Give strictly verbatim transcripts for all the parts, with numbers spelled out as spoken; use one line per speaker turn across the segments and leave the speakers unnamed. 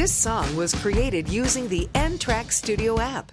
This song was created using the N-Track Studio app.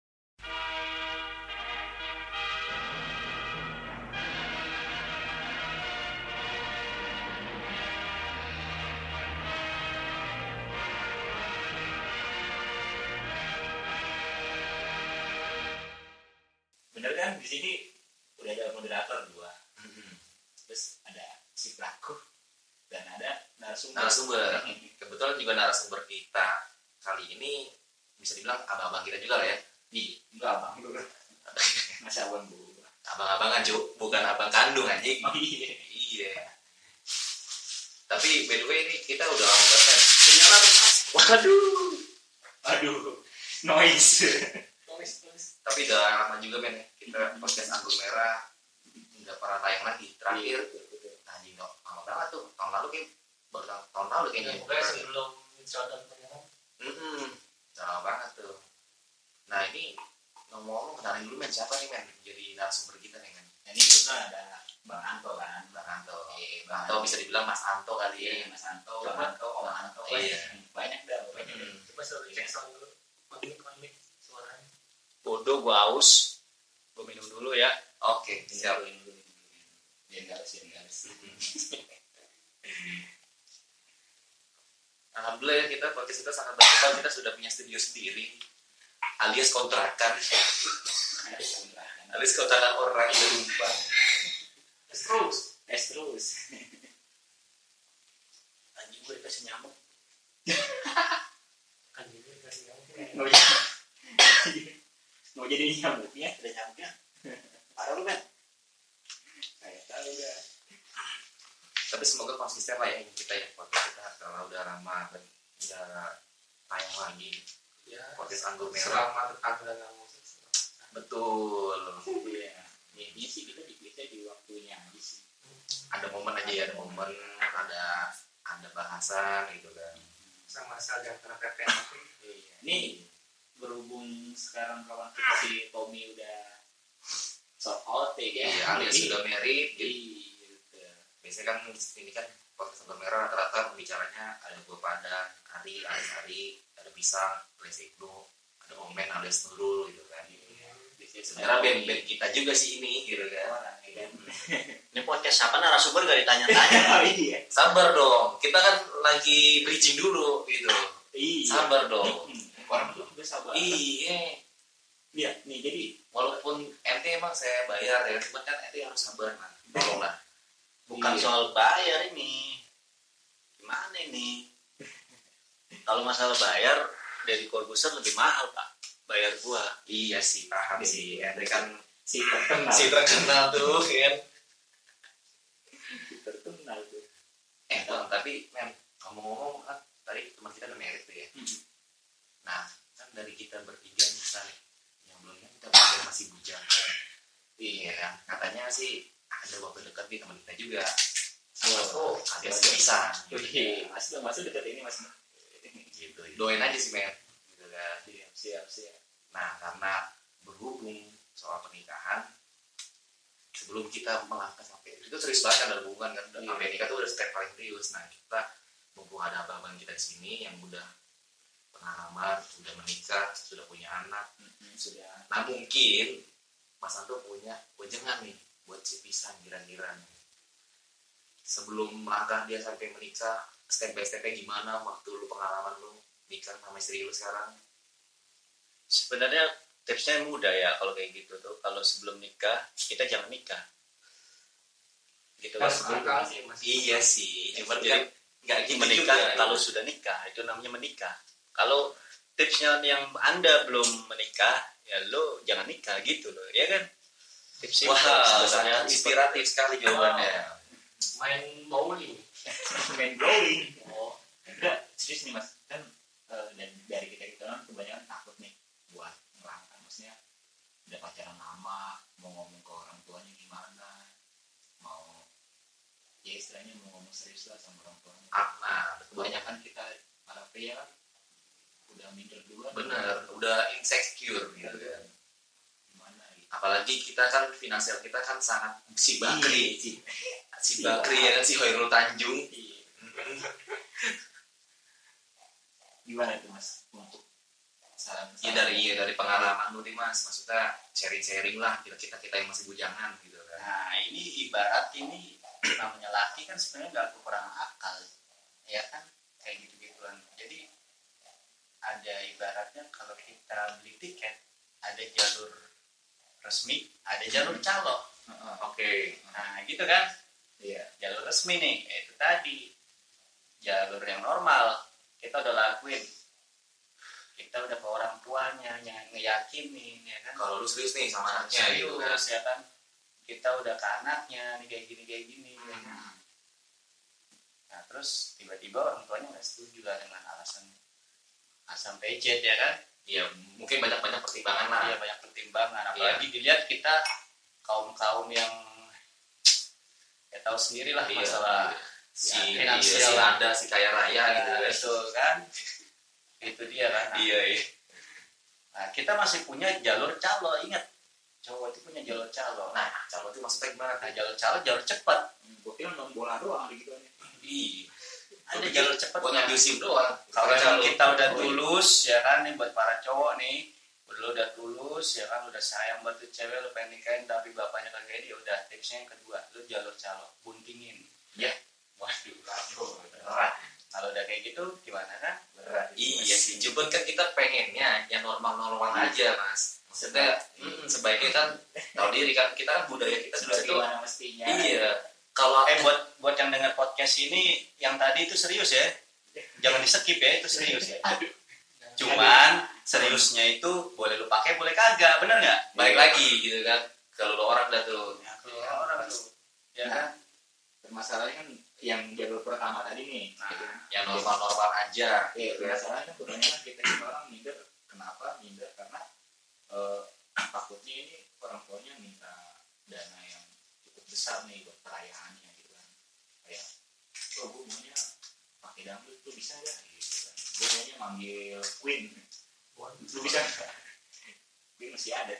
Bener kan, di sini udah ada moderator dua, mm-hmm. Terus ada si pelaku dan ada narasumber.
Narasumber. Kebetulan juga narasumber kita kali ini bisa dibilang abang-abang kita juga lah ya.
Iya, enggak abang dulu. Masih abang dulu.
Abang-abangan Cuk, bukan abang kandung anjing.
Oh iya.
Iya. Tapi by the way ini kita udah lama banget. Sinyal harus. Waduh.
Aduh. Noise.
Noise, noise. Tapi udah lama juga men ya. Kita podcast Anggur Merah nggak pernah tayang lagi. Terakhir nah ini lama banget tuh. Tahun lalu kayak baru tahun lalu kayaknya.
Ya, pokoknya sebelum Instagram penyerang.
Hmm. Lama banget tuh. Nah ini ngomong-ngomong kenalin dulu men siapa nih men jadi narasumber kita nih men.
Nah, ini kita ada Bang Anto kan.
Bang Anto.
Eh,
Bang Anto bisa dibilang Mas Anto kali ya.
Iya, Mas Anto, Bang Anto, Om Anto.
Iya.
Banyak dah, banyak.
Hmm.
Coba suruh cek sound dulu. Magnik, magnik suaranya.
Bodoh, gua haus. Gua minum dulu ya.
Oke, siap.
Dia enggak harus, dia enggak harus.
Alhamdulillah ya kita podcast kita sangat berkembang. Kita sudah punya studio sendiri alias kontrakan. Alias kontrakan orang yang lupa.
Es terus.
Es terus.
Anjing gue dikasih nyamuk.
Kan ini kasih nyamuk.
Mau jadi mau jadi nyamuknya, ada nyamuknya. Parah lu kan? Saya tahu ya.
Tapi semoga konsisten lah ya kita ya podcast kita karena udah lama dan udah tayang lagi.
Ya.
Podcast Anggur Merah.
Selama tetangga kamu.
Betul.
Iya. Ini sih kita dipilih di waktunya aja sih.
Ada momen aja ya, ada momen, ada ada bahasan gitu kan.
Sama saja antara P P M.
Iya. Ini berhubung sekarang kawan kita si Tommy udah sold out ya.
Iya, alias sudah married. Jadi
Gitu.
biasanya kan ini kan podcast Anggur Merah rata-rata pembicaranya ada gue Padang, Ari, alias Ari, ada Pisang, alias Ibnu, ada Omen alias Nurul gitu kan. Sebenarnya band-band kita juga sih ini gitu kan.
Ini podcast siapa narasumber gak ditanya-tanya.
Oh iya.
Sabar dong, kita kan lagi bridging dulu gitu.
Iya.
Sabar dong.
Orang itu juga sabar.
Iya.
Iya, nih jadi
Walaupun ente emang saya bayar ya, cuman kan ente harus sabar man. Tolonglah.
Bukan
Iya.
soal bayar ini. Gimana ini? Kalau masalah bayar dari Corbusier lebih mahal pak. Bayar gua.
Iya sih, paham sih. Ente kan
si terkenal.
si terkenal tuh kan.
Si terkenal tuh.
Eh, Bang, tapi men, ngomong-ngomong kan tadi teman kita udah merit tuh ya.
Hmm.
Nah, kan dari kita bertiga misalnya yang belum kan kita belajar masih bujang. Iya kan, katanya sih ada waktu dekat nih teman kita juga.
Oh,
ada si Pisang.
Oke, Mas dong, Mas dekat ini Mas.
Gitu. Doain aja sih men. Gitu kan.
Siap, siap, siap.
Nah, karena berhubung soal pernikahan, sebelum kita melangkah sampai itu serius banget kan dalam hubungan kan.
Iya.
Sampai nikah tuh udah step paling serius. Nah, kita mumpung ada abang-abang kita di sini yang udah pengalaman, sudah menikah, sudah punya anak.
Mm-hmm, sudah.
Nah, mungkin Mas Anto punya wejangan nih buat si Pisang kira-kira. Sebelum melangkah dia sampai menikah, step by stepnya gimana waktu lu pengalaman lu nikah sama istri lu sekarang?
Sebenarnya tipsnya mudah ya kalau kayak gitu tuh. Kalau sebelum nikah kita jangan nikah. Gitu kan.
Masuk akal sih mas.
Iya sih, cuman
Jadi,
kan nggak gitu
menikah
juga.
kalau sudah nikah itu namanya menikah. Kalau tipsnya yang Anda belum menikah ya lo jangan nikah gitu loh, ya kan? Tips
Wah,
simpel,
sangat inspiratif sekali jawabannya.
Main bowling.
Main going. Oh, enggak serius nih Mas. Kan uh, dan dari kita kita kan kebanyakan takut nih buat ngelangkah, maksudnya udah pacaran lama, mau ngomong ke orang tuanya gimana, mau ya istilahnya mau ngomong serius lah sama orang tuanya.
Ah, nah,
Kebanyakan kita para pria kan udah minder duluan.
bener, udah insecure gitu kan.
Gimana gitu.
Apalagi kita kan finansial kita kan sangat si Bakri,
Iya,
si, si Bakri ya kan si Hoirul Tanjung.
Iya. gimana tuh Mas untuk saran
Ya dari ya, dari pengalaman lu nih Mas, maksudnya sharing-sharing lah kita kita kita yang masih bujangan gitu kan.
Nah ini ibarat ini namanya laki kan sebenarnya nggak kekurangan akal, ya kan kayak gitu-gituan. Jadi ada ibaratnya kalau kita beli tiket ada jalur resmi, ada jalur calo.
Heeh.
Oke.
Nah gitu kan,
Iya.
jalur resmi nih, ya itu tadi jalur yang normal kita udah lakuin, kita udah ke orang tuanya yang ngeyakinin, ya kan.
Kalau lu serius nih sama anaknya gitu kan.
Serius, ya kan. Kita udah ke anaknya nih kayak gini kayak gini. Ya kan?
Hmm.
Nah terus tiba-tiba orang tuanya nggak setuju lah dengan alasan alasan pejet, ya kan.
Iya, mungkin banyak-banyak pertimbangan lah.
Iya banyak pertimbangan, apalagi dilihat kita kaum-kaum yang ya tahu sendiri lah
Iya,
masalah
si
ya,
finansial
finansial
si
lah.
ada si kaya raya gitu
Nah,
kan.
itu kan itu dia kan. Nah,
Iya, iya.
nah, kita masih punya jalur calo, ingat cowok itu punya jalur calo. Nah,
Nah, calon itu maksudnya gimana?
nah jalur calo jalur cepat.
Gue kira nonton bola doang gitu kan.
Iya.
Ada jalur cepat.
Buat ngambil SIM doang.
Kalau
Pakai
emang
calon.
kita udah
Oh, iya.
tulus, ya kan nih buat para cowok nih, udah udah tulus, ya kan udah sayang buat tuh cewek, lu pengen nikahin tapi bapaknya kagak ini, ya udah tipsnya yang kedua, lu jalur calo, buntingin.
Ya.
Waduh, waduh.
Berat.
Kalau udah kayak gitu gimana kan?
Berat.
Iya sih, cuman kan kita pengennya yang normal-normal aja mas. Maksudnya hmm, sebaiknya kan tahu diri kan, kita kan budaya kita sudah itu.
Gimana mestinya?
Iya. Kalau
Eh buat buat yang dengar podcast ini, yang tadi itu serius ya, jangan di skip ya, itu serius ya. Cuman seriusnya itu boleh lu pakai, boleh kagak, bener nggak?
balik lagi gitu kan, kalau lo orang dah tuh.
Ya, kalau orang tuh, ya kan?
Masalahnya kan yang jalur pertama tadi nih.
Nah,
gitu kan.
Yang normal-normal aja.
Iya,
Gitu kan.
masalahnya kan kebanyakan kita ini orang minder. Kenapa minder? Karena eh, takutnya ini orang tuanya minta dana yang cukup besar nih buat perayaannya gitu kan. Kayak, oh gue maunya pakai dangdut, tuh bisa nggak? Gitu kan. Gue maunya manggil Queen, lu bisa nggak? Queen masih ada.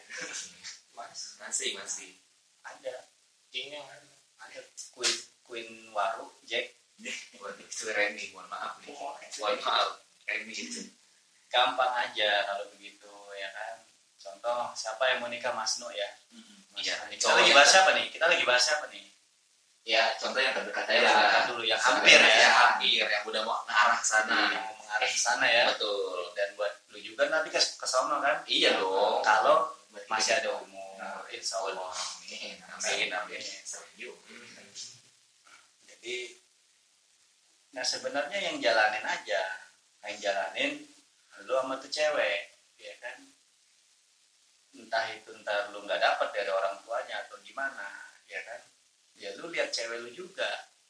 Mas,
Masih masih.
Ada,
kayaknya kan.
ada Queen Queen Waru, Jack.
Buat itu Remy, mohon maaf nih. Mohon maaf, Remy itu.
Gampang aja kalau begitu, ya kan? Contoh, siapa yang mau nikah Mas Nu ya? Mas
Iya,
Nu. Kita lagi bahas siapa nih? Kita lagi bahas siapa nih?
Ya contoh yang terdekat aja
Ya,
lah.
kita dulu yang hampir
Hampir
ya.
ya, hampir yang udah mau ngarah ke sana.
Yang mau mengarah ke sana ya.
Betul.
Dan buat lu juga nanti ke ke sono kan?
Iya dong.
Kalau
Buat
masih
kita-
ada umur, insya Allah.
Amin,
Amin, amin.
Setuju.
Jadi, nah sebenarnya yang jalanin aja, yang jalanin lu sama tuh cewek, ya kan? Entah itu ntar lu nggak dapat dari orang tuanya atau gimana, ya kan? Ya lu lihat cewek lu juga.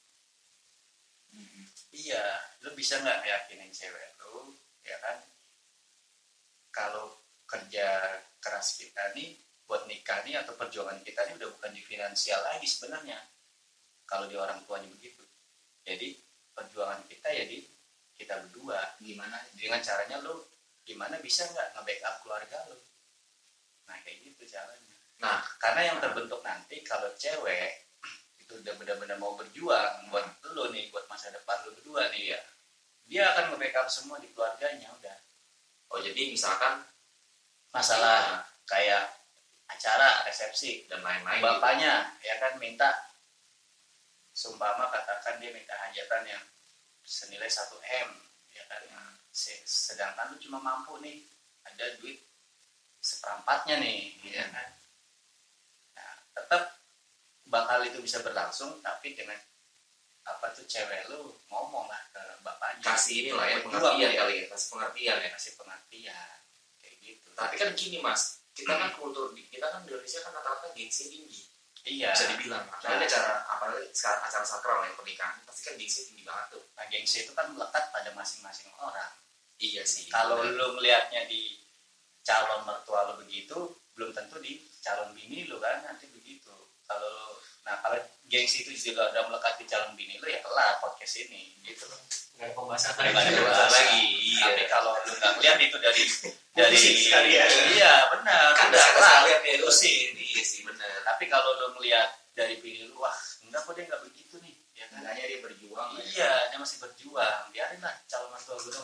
Mhm.
Iya, lu bisa nggak meyakinin cewek lu, ya kan? Kalau kerja keras kita nih buat nikah nih atau perjuangan kita nih udah bukan di finansial lagi sebenarnya. Kalau di orang tuanya begitu. Jadi perjuangan kita ya di kita berdua.
Gimana?
Dengan caranya lu gimana bisa nggak nge-backup keluarga lu. Nah kayak gitu caranya.
Nah,
Karena yang terbentuk nanti kalau cewek itu udah benar-benar mau berjuang buat lu nih, buat masa depan lu berdua nih ya. Dia akan nge-backup semua di keluarganya udah.
oh jadi misalkan
Masalah kayak acara resepsi,
dan lain-lain.
bapaknya ya kan minta, sumpama katakan dia minta hajatan yang senilai satu M, ya kan. Se- Sedangkan lu cuma mampu nih ada duit seperempatnya nih, ya kan. Nah, tetap bakal itu bisa berlangsung tapi dengan apa tuh cewek lu ngomong lah ke bapaknya,
Kasih inilah ya
Berjuang
pengertian
dia.
kali ya, kasih pengertian ya.
kasih pengertian kayak gitu.
Tapi kan gini mas, kita kan kultur di- kita kan di Indonesia kan rata-rata gengsi tinggi,
iya,
bisa dibilang. Apalagi acara apalagi sekarang acara sakral ya pernikahan, pasti kan gengsi tinggi banget tuh.
nah gengsi itu kan melekat pada masing-masing orang.
Iya sih.
Kalau
bener.
lu melihatnya di calon mertua lu begitu, belum tentu di calon bini lu kan nanti begitu. Kalau lu- nah kalau gengsi itu juga udah melekat di calon bini lu ya kelar podcast ini gitu.
Nggak ada pembahasan
Nggak ada
lagi.
pembahasan
lagi, iya.
Tapi kalau lu nggak melihat itu dari dari
Pusing sekali ya.
iya benar.
kan
udah
ada
kelar.
sekalian ya itu sih. Iya sih benar.
Tapi kalau lu melihat dari bini lu, wah enggak kok dia nggak begitu nih, ya kan?
Makanya dia berjuang.
Iya, dia masih berjuang. Biarin lah calon mertua gue dong yang begitu.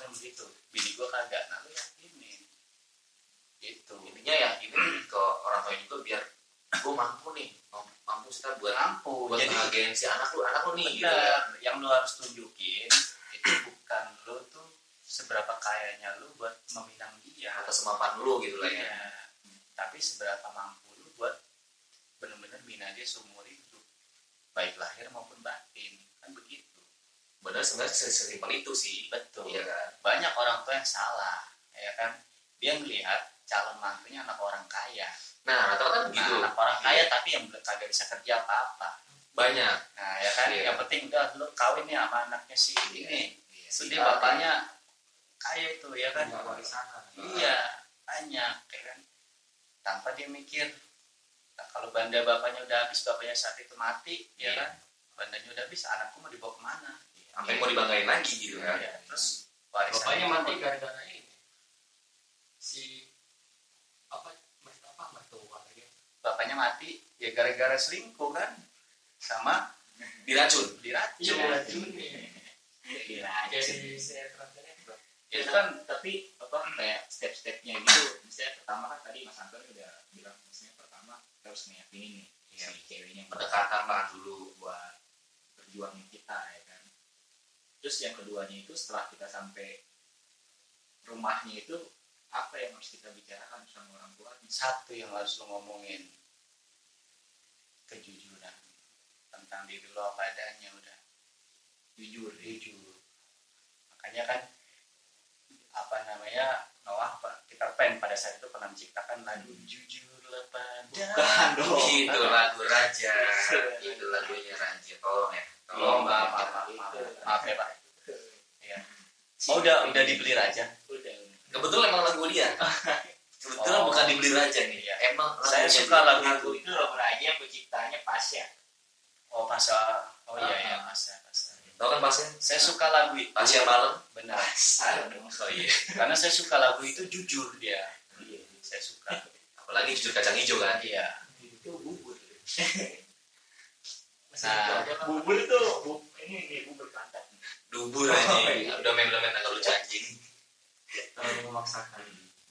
bini gue kagak. Nah lu yakinin gitu.
Intinya ya ini ke orang tua juga biar gue mampu nih, mampu, mampu kita buat
Mampu.
buat
Jadi
bahagiain si anak lu, anak lu nih gitu ya.
benar, yang lu harus tunjukin itu bukan lu tuh seberapa kayanya lu buat meminang dia
Atau semampan lu gitu lah ya.
Iya. Tapi seberapa mampu lu buat benar-benar bina dia seumur hidup, baik lahir maupun batin, kan begitu.
Benar sebenarnya sesimpel itu sih.
Betul.
Iya kan.
Banyak orang tua yang salah, ya kan? Dia melihat calon mantunya anak orang kaya.
Nah rata-rata kan begitu.
Nah, anak orang kaya tapi yang belum kagak bisa kerja apa-apa.
Banyak.
Nah, ya kan?
Iya.
Yang penting udah lu kawin nih sama anaknya si ini.
Iya,
Si
si
dia
A,
bapaknya kaya itu, ya kan?
Punya warisan.
Iya, banyak, ya kan? Tanpa dia mikir, nah, kalau banda bapaknya udah habis, bapaknya saat itu mati, ya
Iya.
kan? Bandanya udah habis, anakku mau dibawa kemana?
Sampai mau dibanggain lagi gitu kan.
Iya, terus warisannya
Bapaknya mati
mau-
gara-gara ini. Si apa mertua apa mertua lagi?
bapaknya mati ya gara-gara selingkuh kan, sama
Diracun.
diracun.
Iya.
Jadi sinetron sinetron.
Itu kan
tapi apa kayak step-stepnya gitu. Misalnya pertama kan tadi Mas Anton udah bilang, misalnya pertama kita harus meyakini nih
Iya.
si ceweknya
Pendekatan lah dulu.
buat perjuangin kita, ya kan. Terus yang keduanya itu setelah kita sampai rumahnya itu apa yang harus kita bicarakan sama orang tua?
satu yang harus lo ngomongin, kejujuran tentang diri lo apa adanya, udah
Jujur, ya.
jujur. Makanya kan apa namanya, Noah Pak Peter Pan pada saat itu pernah menciptakan lagu jujurlah pada
Bukan dong.
Itu lagu Raja. Itu lagunya Raja. Tolong ya.
Oh,
Tolong
maaf,
ya.
maaf, maaf, maaf, maaf ya Pak. Iya. Oh, udah udah dibeli Raja.
Udah.
Kebetulan emang lagu dia. Kebetulan
Oh.
bukan dibeli Raja nih.
Iya.
Emang
Saya
lagunya
suka
dia.
lagu
Lagu itu lagu Raja, penciptanya Pasya.
Oh, Pasha. Oh iya ya, Pasha, Pasha.
Tahu kan Pasnya?
Saya suka lagu itu.
Pasnya malam.
Benar.
Pasar dong.
Oh iya.
Karena saya suka lagu itu jujur dia.
Iya.
Saya suka.
Apalagi jujur kacang hijau kan.
Iya.
Itu bubur.
Masih
Nah,
itu aja kan.
Bubur tuh bu- ini nih bubur pantat.
Dubur
Oh,
aja.
iya.
Udah main-main agak lucu anjing.
Terlalu memaksakan.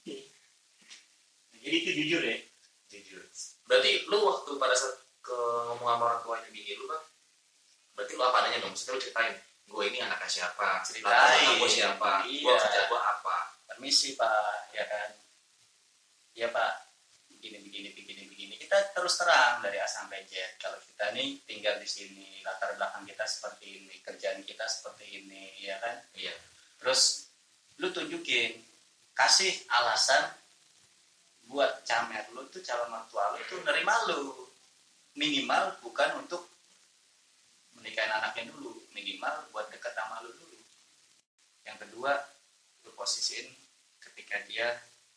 Jadi itu jujur ya.
Jujur. Berarti lu waktu pada saat ke ngomong sama orang tuanya bini lu kan, berarti lu apa adanya dong. Maksudnya lu ceritain, gue ini anaknya siapa,
Ceritain.
gue siapa, gue
Iya.
kerja gue apa.
Permisi Pak, ya kan? Iya Pak. Begini begini begini begini. Kita terus terang dari A sampai Z. Kalau kita nih tinggal di sini, latar belakang kita seperti ini, kerjaan kita seperti ini, ya kan?
Iya.
Terus lu tunjukin, kasih alasan buat camer lu tuh, calon mertua lu tuh nerima lu. Minimal bukan untuk menikahin anaknya dulu, minimal buat deket sama lu dulu. Yang kedua, lu posisiin ketika dia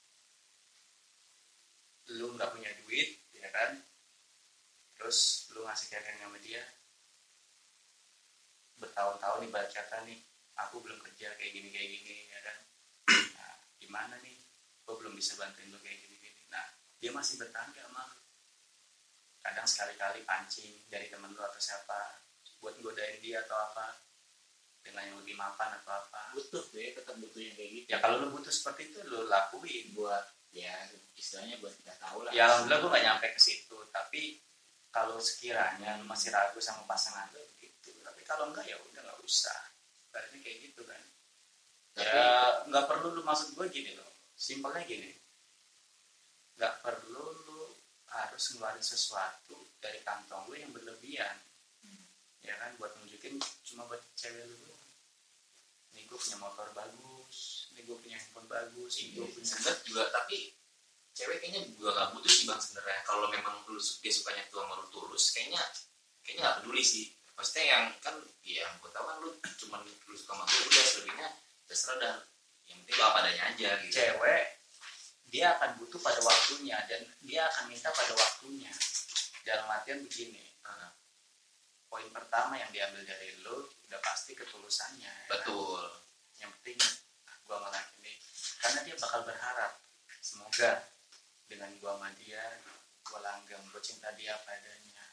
lu nggak punya duit, ya kan? Terus lu ngasih catering sama dia bertahun-tahun, ibarat kata nih, aku belum kerja kayak gini kayak gini, ya kan? Nah, gimana nih? Gue belum bisa bantuin lu kayak gini gini. Nah, dia masih bertahan gak sama lu. Kadang sekali-kali pancing dari temen lu atau siapa buat godain dia atau apa dengan yang lebih mapan atau apa.
Butuh deh, tetap butuh yang kayak gitu.
Ya kalau lu butuh seperti itu, lu lakuin.
Buat ya istilahnya buat kita tahu lah.
Ya alhamdulillah gue gak nyampe ke situ, tapi kalau sekiranya lu masih ragu sama pasangan lu gitu, tapi kalau enggak ya udah nggak usah. Berarti kayak gitu kan.
Tapi-
Ya nggak perlu lu, maksud gue gini loh, simpelnya gini, nggak perlu lu harus ngeluarin sesuatu dari kantong lu yang berlebihan, ya kan, buat nunjukin cuma buat cewek lu doang. Nih gue punya motor bagus, nih gue punya handphone bagus, nih gue punya.
Sebenarnya juga tapi cewek kayaknya juga nggak butuh sih bang sebenarnya. Kalau memang lu dia sukanya tuh sama lu tulus, kayaknya kayaknya nggak peduli sih. Maksudnya yang kan, ya yang gue tahu kan lu cuma lu suka sama lu udah, selebihnya terserah dah. Yang penting lu apa adanya aja gitu.
Cewek dia akan butuh pada waktunya dan dia akan minta pada waktunya. Dalam artian begini,
Nah,
poin pertama yang diambil dari lu udah pasti ketulusannya, ya kan?
betul.
Yang penting ah, gua sama laki ini, karena dia bakal berharap semoga dengan gua sama dia, gua langgeng, gua cinta dia padanya,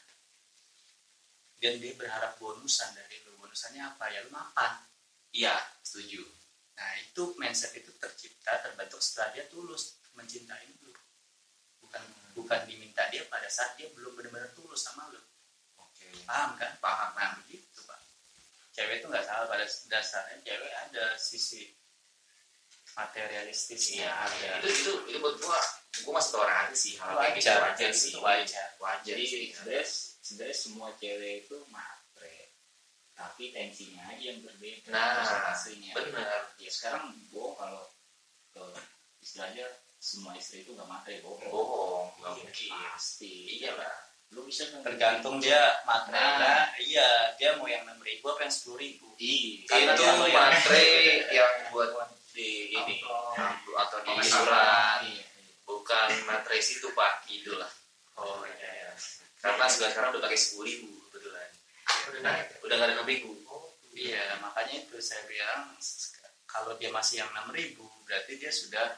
dan dia berharap bonusan dari lu. Bonusannya apa? Ya lu mapan.
Iya, setuju.
Nah itu mindset itu tercipta terbentuk setelah dia tulus mencintai lu, bukan bukan diminta dia pada saat dia belum benar-benar tulus sama lu.
Oke.
Paham kan? Paham. Nah begitu Pak. Cewek itu nggak salah, pada dasarnya cewek ada sisi materialistisnya.
Iya,
ada.
itu itu itu buat gua gua masih toleransi sih hal kayak gitu,
Wajar,
wajar
itu
sih.
wajar.
Wajar
Jadi
sih.
sebenarnya sebenarnya semua cewek itu matre, tapi tensinya aja yang berbeda.
Nah,
persentasenya.
benar.
Ya sekarang bohong kalau uh, istilahnya semua istri itu nggak matre, bohong.
Bohong, nggak
Iya,
mungkin.
Pasti.
Iya lah.
Lu bisa
Tergantung dia matre
Nah.
nggak? Iya, dia mau yang enam ribu apa yang sepuluh ribu?
Iya.
Karena
Itu
kalau yang-
matre yang buat di ini
Amplop.
atau di
Oh,
surat,
Iya.
bukan matre situ Pak, itulah.
Oh iya. iya.
Karena sekarang sekarang udah pakai sepuluh ribu kebetulan. Nah, udah nggak ada enam ribu.
Iya, makanya itu saya bilang kalau dia masih yang enam ribu berarti dia sudah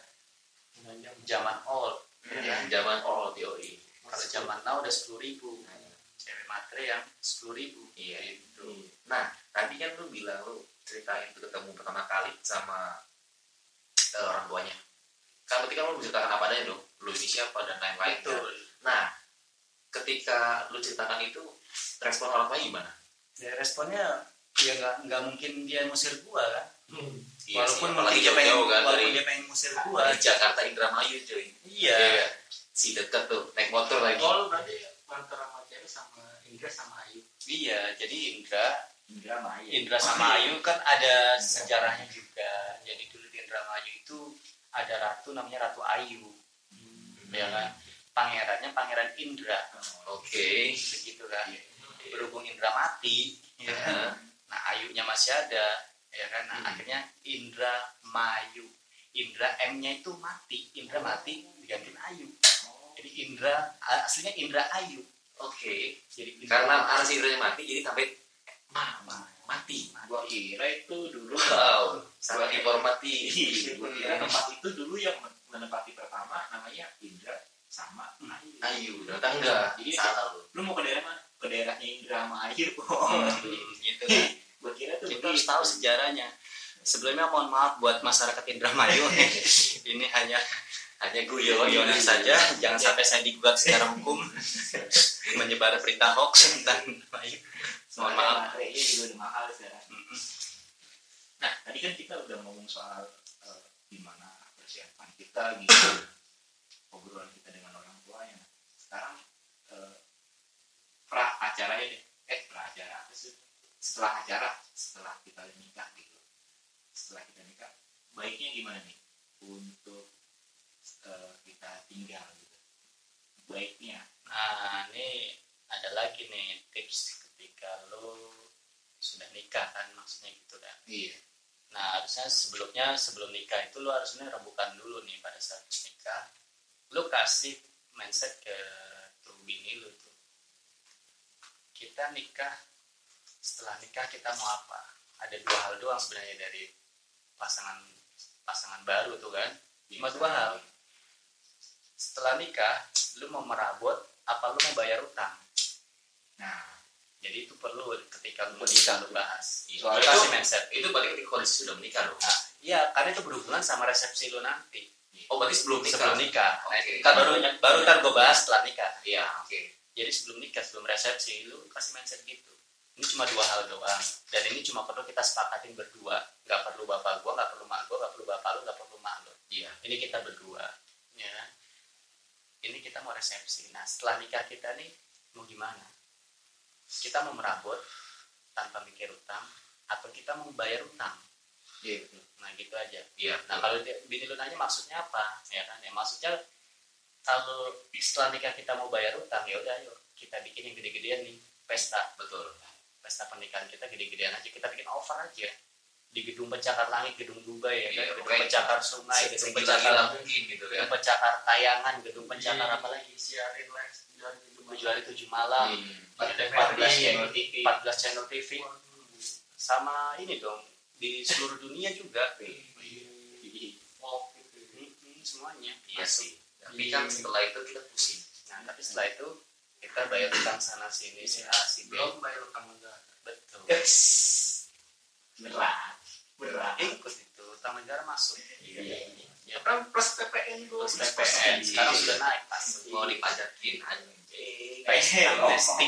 zaman old.
Ya, zaman all D O I.
Kalau zaman now udah sepuluh ribu. Cewek matre yang sepuluh ribu.
Iya itu. Nah, tadi kan lu bilang lu ceritain tuh ketemu pertama kali sama eh, orang tuanya. Kan berarti kan lu menceritakan apa adanya dong. Lu ini siapa dan lain-lain.
Betul.
Kan? Nah, ketika lu ceritakan itu respon orang tua gimana?
Ya responnya ya nggak nggak mungkin dia ngusir gua kan.
Iya
walaupun
sih,
mungkin
apalagi
dia pengen,
jauh-jauh kan
walaupun
dari,
dia pengen ngusir gua.
dari Jakarta Indramayu cuy.
Iya.
Iya. Si deket tuh naik motor lagi.
Oh, berarti antara sama cewek sama Indra sama Ayu.
Iya, jadi Indra
Indra Maya.
Indra sama Ayu kan ada sejarahnya juga. Jadi dulu di Indramayu itu ada ratu namanya Ratu Ayu. Ya kan? Pangerannya Pangeran Indra.
Oke.
Begitu kan. Berhubung Indra mati, ya kan?
Nah,
Nah, Ayunya masih ada, ya kan? Nah,
Hmm.
akhirnya Indra Mayu. Indra M-nya itu mati. Indra mati digantiin Ayu. Jadi Indra aslinya Indra Ayu.
Oke.
Jadi Indra
Karena anak si Indranya mati jadi sampai mama mati.
Gua kira itu dulu.
Wow, sangat informatif.
Iya, gua kira tempat itu dulu yang menempati pertama namanya Indra sama Ayu.
Ayu, ternyata enggak.
Jadi
Salah lu.
lu mau ke daerah mana? Ke daerahnya Indra sama Ayu.
gitu kan.
Gua kira tuh
Kita harus tahu sejarahnya. Sebelumnya mohon maaf buat masyarakat Indramayu. Ini hanya hanya guyon-guyonan saja. Jangan sampai saya digugat secara hukum menyebar berita hoax tentang Indramayu. Mohon maaf.
Materinya juga udah mahal sekarang.
Mm-mm.
Nah, tadi kan kita udah ngomong soal uh, gimana persiapan kita gitu, obrolan kita dengan orang tuanya. Sekarang uh, pra acaranya deh, eh pra acara apa sih? Setelah acara, setelah kita nikah gitu, setelah kita nikah, baiknya gimana nih untuk uh, kita tinggal gitu? Baiknya,
Nah, ini ada lagi nih tips ketika lo sudah nikah kan, maksudnya gitu kan.
iya,
Nah, harusnya sebelumnya sebelum nikah itu lo harusnya rembukan dulu nih pada saat nikah. Lo kasih mindset ke tuh bini lo tuh. Kita nikah, setelah nikah kita mau apa? Ada dua hal doang sebenarnya dari pasangan pasangan baru tuh kan. Cuma dua hal. Setelah nikah, lo mau merabot apa lo mau bayar utang?
nah
Jadi itu perlu ketika lu menikah lu bahas.
Soalnya
Lu kasih
itu-
mindset.
Itu berarti ketika kondisi sudah menikah dong.
Nah, iya, karena itu berhubungan sama resepsi lu nanti.
Oh, berarti sebelum nikah.
Sebelum nikah. Nah,
Oke.
kan baru baru ntar gue bahas setelah nikah.
Iya, oke.
Jadi sebelum nikah, sebelum resepsi, lu kasih mindset gitu. Ini cuma dua hal doang. Dan ini cuma perlu kita sepakatin berdua. Gak perlu bapak gua, gak perlu mak gua, gak perlu bapak lu, gak perlu mak lu.
Iya.
Ini kita berdua. Ya. Ini kita mau resepsi. Nah, setelah nikah kita nih, mau gimana? Kita mau merabot tanpa mikir utang, atau kita mau bayar utang.
iya betul.
Nah, gitu aja.
Iya.
Nah, kalau dia- bini lu nanya maksudnya apa? Ya kan? Ya maksudnya kalau setelah nikah kita mau bayar utang, ya udah ayo kita bikin yang gede-gedean nih, pesta.
Betul.
Pesta pernikahan kita gede-gedean aja. Kita bikin over aja. Di gedung pencakar langit, gedung Dubai ya kan,
Iya,
gedung
pokoknya
pencakar sungai, gedung pencakar
Segila-gila mungkin gitu
gedung
kan.
pencakar tayangan, gedung pencakar apa lagi?
Siarin live dan
Tujuh hari tujuh malam,
Hmm.
ada
empat belas
channel
T V.
empat belas channel T V, sama ini dong di seluruh dunia juga.
Wow, gitu.
Mm-mm, semuanya.
Iya sih. Tapi kan setelah itu kita pusing.
Nah, tapi setelah itu kita bayar utang sana sini, si A, si B.
Belum bayar utang negara.
Betul.
Berat, berat.
Ikut itu. utang negara masuk.
Iya.
Ya
Kan plus P P N gue.
Plus P P N sekarang sudah naik pasti.
Mau dipajakin anjing.
Pesta
Eh,
amnesti.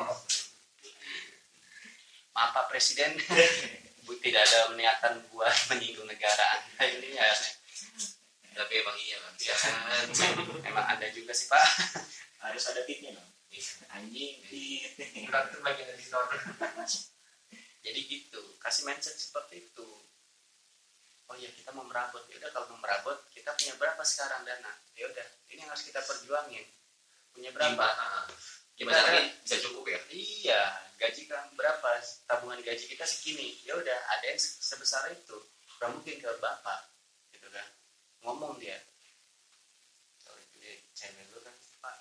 Maaf Pak Presiden, Bu, tidak ada niatan buat menyinggung negara Anda ini ya.
Tapi emang iya kan.
Emang ada juga sih Pak.
Harus ada titnya dong. Anjing tit.
Berarti bagian editor.
Jadi gitu, kasih mindset seperti itu. Oh ya kita mau merabot, ya udah kalau mau merabot kita punya berapa sekarang dana? Ya udah, ini yang harus kita perjuangin. Punya berapa?
Gimana? Gimana
Kita-
lagi bisa cukup ya?
Iya, gaji kan berapa? Tabungan gaji kita segini. Ya udah, ada yang sebesar itu. Udah mungkin ke bapak, gitu kan? Ngomong dia. Sorry, dia cewek lu kan, Pak.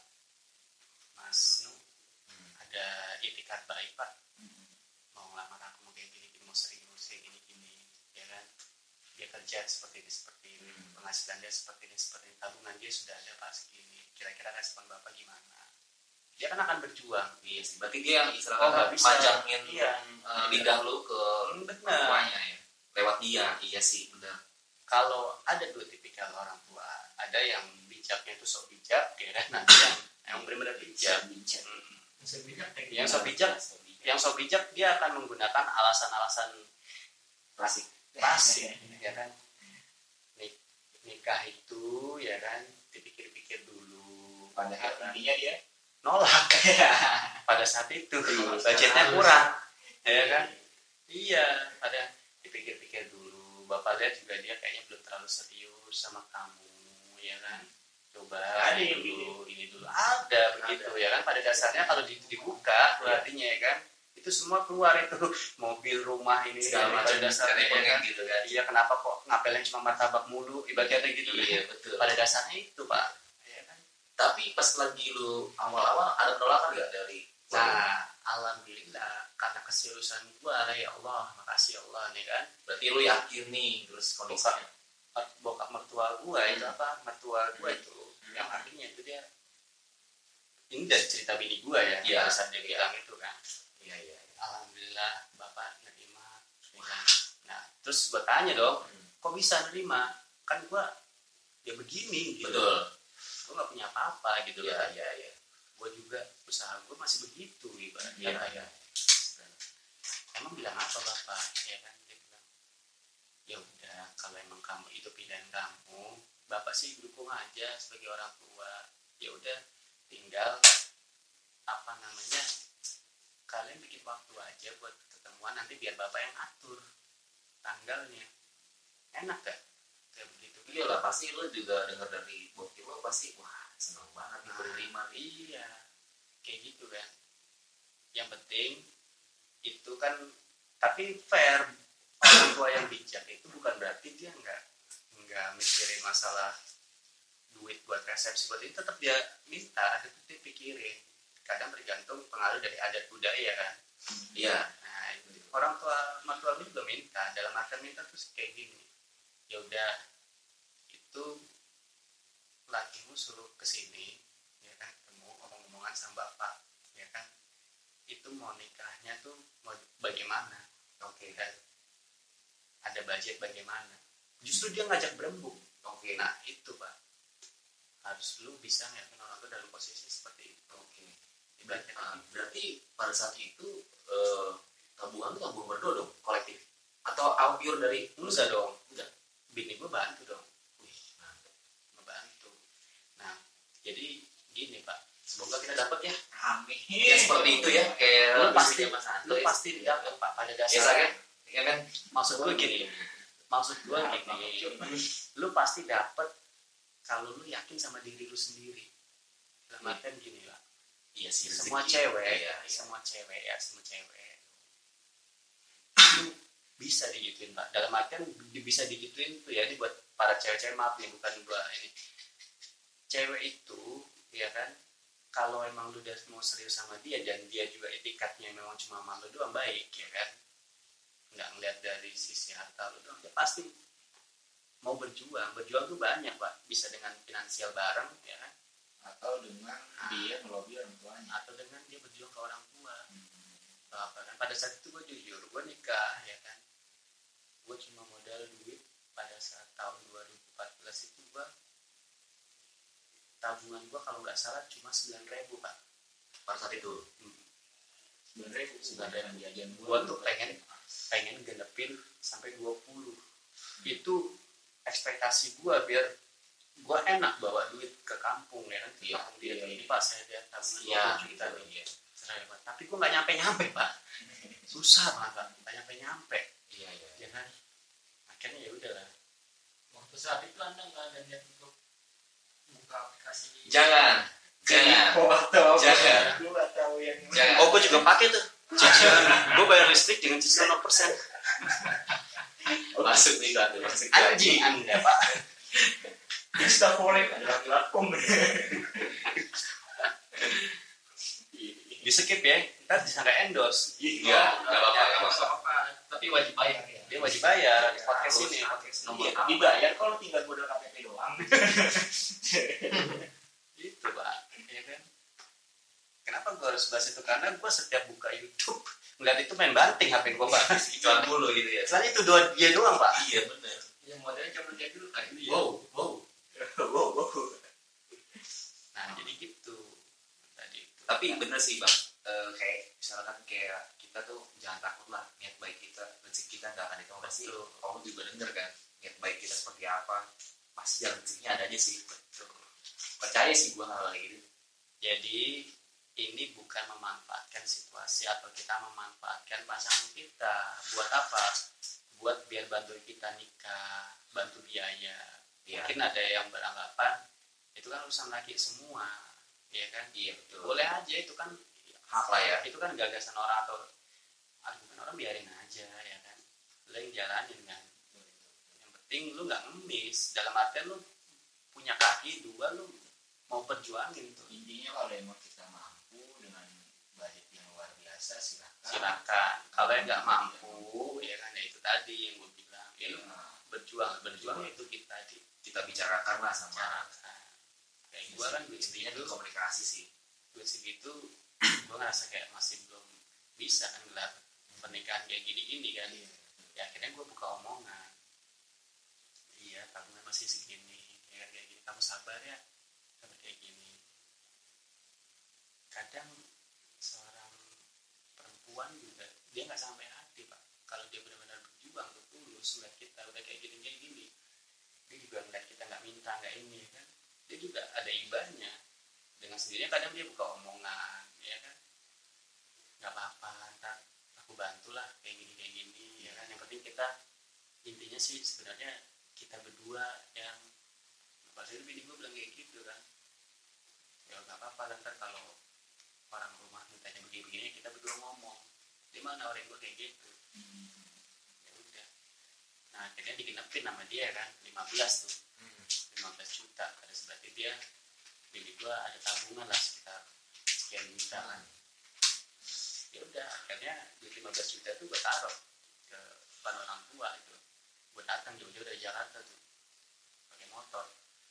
Mas Nu, ada itikat baik Pak. Mau ngelamar aku mau kayak gini, gini mau sering mau sering gini gini, ya kan? Dia kerja seperti ini seperti ini, penghasilan dia seperti ini seperti ini, tabungan dia sudah ada Pak segini. Kira-kira respon bapak gimana? Dia kan akan berjuang.
Iya sih. Berarti dia yang
Oh,
istilahnya
nggak bisa.
majangin
Iya.
eh, lidah lu ke
Hmm, benar.
tuanya ya. Lewat dia. Iya sih, benar.
Kalau ada dua tipikal orang tua, ada yang bijaknya itu sok bijak, ya kan? Ada yang yang benar-benar bijak. Hmm.
Bisa bijak kayak
Yang sok bijak, yang sok bijak dia akan menggunakan alasan-alasan
Klasik.
klasik, ya kan? Nik- Nikah itu, ya kan? Dipikir-pikir dulu.
Padahal
ya kan?
intinya dia
Nolak pada saat itu, budgetnya kurang, ya kan? Iya, pada dipikir-pikir dulu. Bapak lihat juga dia kayaknya belum terlalu serius sama kamu, ya kan? Coba
Ada
ini
yang
dulu, ini dulu. Ada begitu, ya kan? Pada dasarnya kalau di- dibuka, artinya ya kan? Itu semua keluar itu mobil, rumah ini
Segala macam
pada dasarnya, ya kan?
gitu kan.
Iya, kenapa kok ngapelin cuma martabak mulu? Ibaratnya gitu.
Iya, betul.
Pada dasarnya itu, Pak. Ya kan?
Tapi pas lagi lu awal-awal ada penolakan nggak dari
Nah, alhamdulillah karena keseriusan gua, ya Allah, makasih Allah nih kan.
berarti lu yakin nih terus kondisinya?
Bokap, bokap mertua gua itu apa? Mertua gua itu yang artinya itu dia ini dari cerita bini gua ya,
Iya.
pada saat dia bilang itu kan.
Iya, iya.
Alhamdulillah bapak nerima. Ya kan? Nah, terus gua tanya dong, kok bisa nerima? Kan gua ya begini gitu.
Betul.
Gua nggak punya apa-apa gitu
Iya,
kan.
iya, iya.
Gue juga usaha gue masih begitu ibaratnya.
Iya, iya.
Emang bilang apa bapak? Ya kan dia bilang, ya udah kalau emang kamu itu pilihan kamu, bapak sih dukung aja sebagai orang tua. Ya udah tinggal apa namanya kalian bikin waktu aja buat ketemuan nanti biar bapak yang atur tanggalnya. Enak gak? Kayak begitu.
Iya lah, pasti lu juga denger dari bokap lu pasti wah seneng banget nih
Nah,
gue terima nih.
iya, kayak gitu kan. Yang penting itu kan, tapi fair, orang tua yang bijak itu bukan berarti dia nggak nggak mikirin masalah duit buat resepsi buat itu, tetap dia minta, tetap dia pikirin. Kadang tergantung pengaruh dari adat budaya kan.
Iya.
Nah, itu orang tua mertua gue juga minta, dalam artian minta tuh kayak gini. Ya udah, itu lakimu suruh kesini, ya kan, ketemu ngomong-ngomongan sama bapak, ya kan, itu mau nikahnya tuh mau bagaimana, oke kan, ada budget bagaimana, justru dia ngajak berembuk, oke, nah itu Pak, harus lu bisa ngeliatin orang tuh dalam posisi seperti itu, oke, ibaratnya
Ah,
gitu.
berarti pada saat itu eh, tabungan tuh tabungan berdua dong, kolektif atau out pure dari
Enggak dong,
Enggak.
bini gue bantu dong,
Wih, mantap.
ngebantu. Nah, jadi gini Pak, semoga kita dapat ya.
Amin.
Ya seperti itu ya, kayak
Lu pasti,
bisnisnya Mas Anto
lu
ya.
pasti dapat Pak pada
Biasa
dasarnya.
kan? Ya kan?
Maksud gue gini, maksud gue gini, lu pasti dapat kalau lu yakin sama diri lu sendiri. Dalam artian gini Pak,
Iya sih.
semua
rezeki.
cewek,
Iya, iya.
semua cewek ya, semua cewek lu bisa digituin Pak. Dalam artian di- bisa digituin tuh ya, ini buat para cewek-cewek, maaf nih, bukan gua ini. Cewek itu, ya kan, kalau emang lu udah mau serius sama dia dan dia juga etikatnya memang cuma sama lu doang baik, ya kan, nggak ngeliat dari sisi harta lu doang, ya pasti mau berjuang. Berjuang tuh banyak Pak, bisa dengan finansial bareng, ya kan,
Atau dengan dia melobi orang tuanya.
atau dengan dia berjuang ke orang tua. Atau apa kan, pada saat itu gue jujur, gue nikah, ya kan, gue cuma modal duit pada saat tahun dua ribu empat belas itu gue tabungan gue kalau nggak salah cuma sembilan ribu pak
pada saat itu.
sembilan ribu
sembilan ribu
jajan
gue tuh pengen pengen genepin sampai dua puluh. Itu ekspektasi gue biar gue enak bawa duit ke kampung ya kan, ke
Iya,
kampung dia
iya,
ini pak saya lihat tabungan
Iya,
dua puluh juta
gitu.
nih. Seraya, Pak. Tapi gue nggak nyampe nyampe pak, susah banget pak, nggak nyampe nyampe
Iya, iya.
ya kan. Akhirnya ya udahlah.
Waktu saat itu anda nggak ada niat untuk buka aplikasi.
Jangan, jangan,
oh atau
Jangan.
gue atau yang
jangan.
Oh gue juga pakai tuh cicilan, gue bayar listrik dengan cicilan nol persen.
Masuk nih kan, masuk.
Anjing anda pak.
Insta Forex adalah platform.
Di skip ya, ntar disangka endorse.
Iya, nggak apa-apa, nggak
Nggak
apa-apa.
apa-apa, tapi wajib bayar ya.
Dia wajib bayar podcast ini.
Nomor
Iya, dibayar kalau tinggal modal K T P doang.
Gitu pak, ya kan. Kenapa gue harus bahas itu? Karena gue setiap buka YouTube ngeliat itu main banting H P gue pak.
iklan mulu gitu ya.
Selain itu dua dia doang pak.
Iya benar.
Yang modelnya zaman kayak dulu kayak ini.
Wow, wow.
Wow, wow.
Nah jadi gitu. Tadi itu.
Tapi bener sih bang, Eh, kayak misalkan kayak kita tuh jangan takut lah niat baik kita, rezeki kita nggak akan ditolong pasti.
Betul.
Kamu juga denger kan, niat baik kita seperti apa, pasti jalan rezekinya ada aja sih.
Betul.
Percaya sih gua hal kayak gitu.
Jadi ini bukan memanfaatkan situasi atau kita memanfaatkan pasangan kita. Buat apa? Buat biar bantu kita nikah, bantu biaya.
Iya.
Mungkin ada yang beranggapan itu kan urusan laki semua, ya kan?
Iya betul.
Boleh aja, itu kan
Hak lah ya.
itu kan gagasan orang atau argumen orang, biarin aja ya kan. Lo yang jalanin kan. Yang penting lu nggak ngemis. Dalam artian lu punya kaki dua, lu mau perjuangin tuh.
Intinya kalau emang kita mampu dengan budget yang luar biasa silakan.
Silakan. Kalau yang nggak mampu ya kan, ya itu tadi yang gue bilang. Ya lu
Nah,
berjuang, berjuang itu kita di
Kita bicarakan lah sama.
bicarakan. Kayak gue kan duit
Intinya
segitu,
di komunikasi sih.
duit segitu, gue ngerasa kayak masih belum bisa kan gelar pernikahan kayak gini-gini kan. Ya akhirnya gue buka omongan. Iya, tabungan masih segini, ya kan kayak gini. Kamu sabar ya, sabar kayak gini. Kadang seorang perempuan juga dia nggak sampai hati pak. Kalau dia benar-benar berjuang tuh tulus ngeliat kita udah kayak gini kayak gini, dia juga ngeliat kita nggak minta nggak ini kan. Dia juga ada ibahnya. Dengan sendirinya kadang dia buka omongan, ya kan. Nggak apa-apa, ntar aku bantulah kayak gini kayak gini, ya kan. Yang penting kita intinya sih sebenarnya kita berdua yang pasti bini gue bilang kayak gitu kan. Ya nggak apa-apa, ntar kalau orang rumah mintanya begini-begini kita berdua ngomong. Di mana orang gue kayak gitu. Ya udah. Nah akhirnya digenepin sama dia kan lima belas tuh. lima belas juta. Ada berarti dia bini gue ada tabungan lah sekitar sekian juta kan. Ya udah akhirnya duit lima belas juta itu gue taruh ke depan orang tua itu. Gue datang jauh-jauh dari Jakarta tuh pakai motor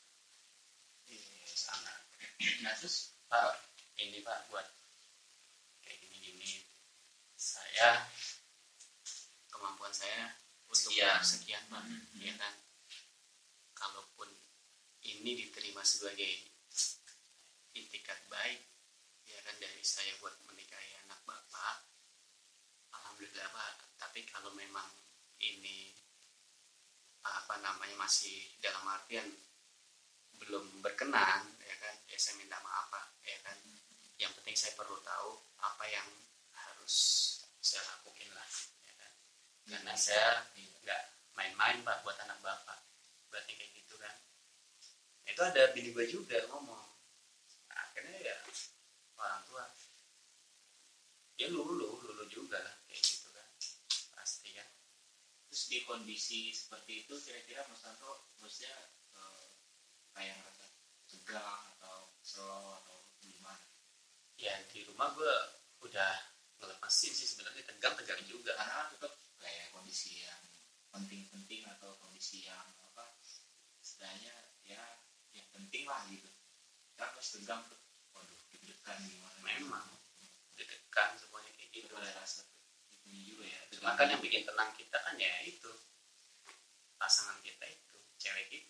sana.
nah terus
Pak ini pak buat kayak gini-gini, saya kemampuan saya
Sekian.
sekian pak, ya kan. Kalaupun ini diterima sebagai itikat baik ya kan dari saya buat menikahi anak bapak, alhamdulillah pak. Tapi kalau memang ini apa namanya masih dalam artian belum berkenan ya kan, ya saya minta maaf pak ya kan. Yang penting saya perlu tahu apa yang harus saya lakuin lah ya kan. Karena saya nggak main-main pak buat anak bapak, berarti kayak gitu kan. Itu ada bini gue juga ngomong. Nah, akhirnya ya orang tua ya lulu lulu juga kayak gitu kan, pasti kan.
terus di kondisi seperti itu kira-kira Mas Santo maksudnya eh, kayak ngerasa tegang atau slow atau gimana?
Ya di rumah gue udah ngelepasin sih sebenarnya, tegang-tegang juga.
Karena kan tetap kayak kondisi yang penting-penting atau kondisi yang apa istilahnya ya yang penting lah gitu. Kan pas tegang tuh, waduh deg-degan gimana?
Memang deg-degan semuanya kayak gitu.
Itu ada rasa itu juga ya.
Cuma kan yang bikin tenang kita kan ya itu pasangan kita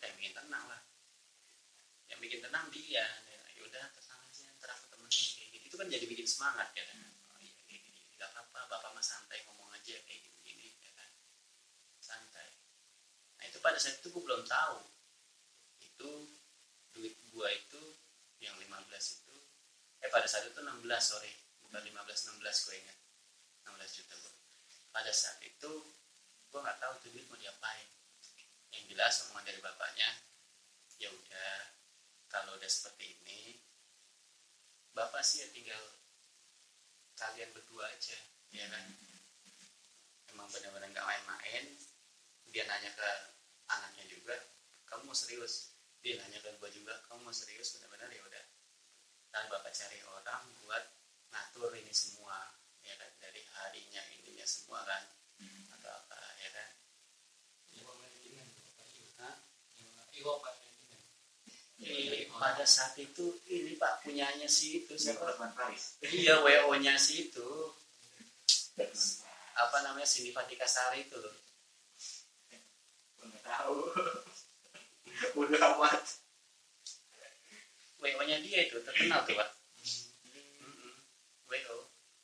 kita yang bikin tenang lah, yang bikin tenang dia. Ya udah tenang aja, ntar aku temenin kayak gitu. Itu kan jadi bikin semangat ya kan. Oh, iya, kayak gini nggak apa-apa, bapak mah santai ngomong aja kayak gini-gini ya kan, santai. Nah itu pada saat itu gue belum tahu itu duit gue itu yang lima belas itu, eh pada saat itu enam belas, sorry bukan lima belas, enam belas gue ingat, enam belas juta gue. Pada saat itu gue nggak tahu tuh duit mau diapain. Yang jelas omongan dari bapaknya, ya udah kalau udah seperti ini bapak sih ya tinggal kalian berdua aja ya kan. Emang benar-benar nggak main-main. Dia nanya ke anaknya juga, kamu mau serius? Dia nanya ke gue juga, kamu mau serius? Benar-benar ya udah. Dan bapak cari orang buat ngatur ini semua ya kan, dari harinya ininya semua kan, hmm. atau apa ya kan. Hah? Eh, pada saat itu ini pak punyanya si itu siapa? Iya, W O-nya si itu apa namanya, Cindy Fatika Sari itu loh.
Nggak tahu. Udah amat.
W O-nya dia itu terkenal tuh pak. Mm-hmm. W O.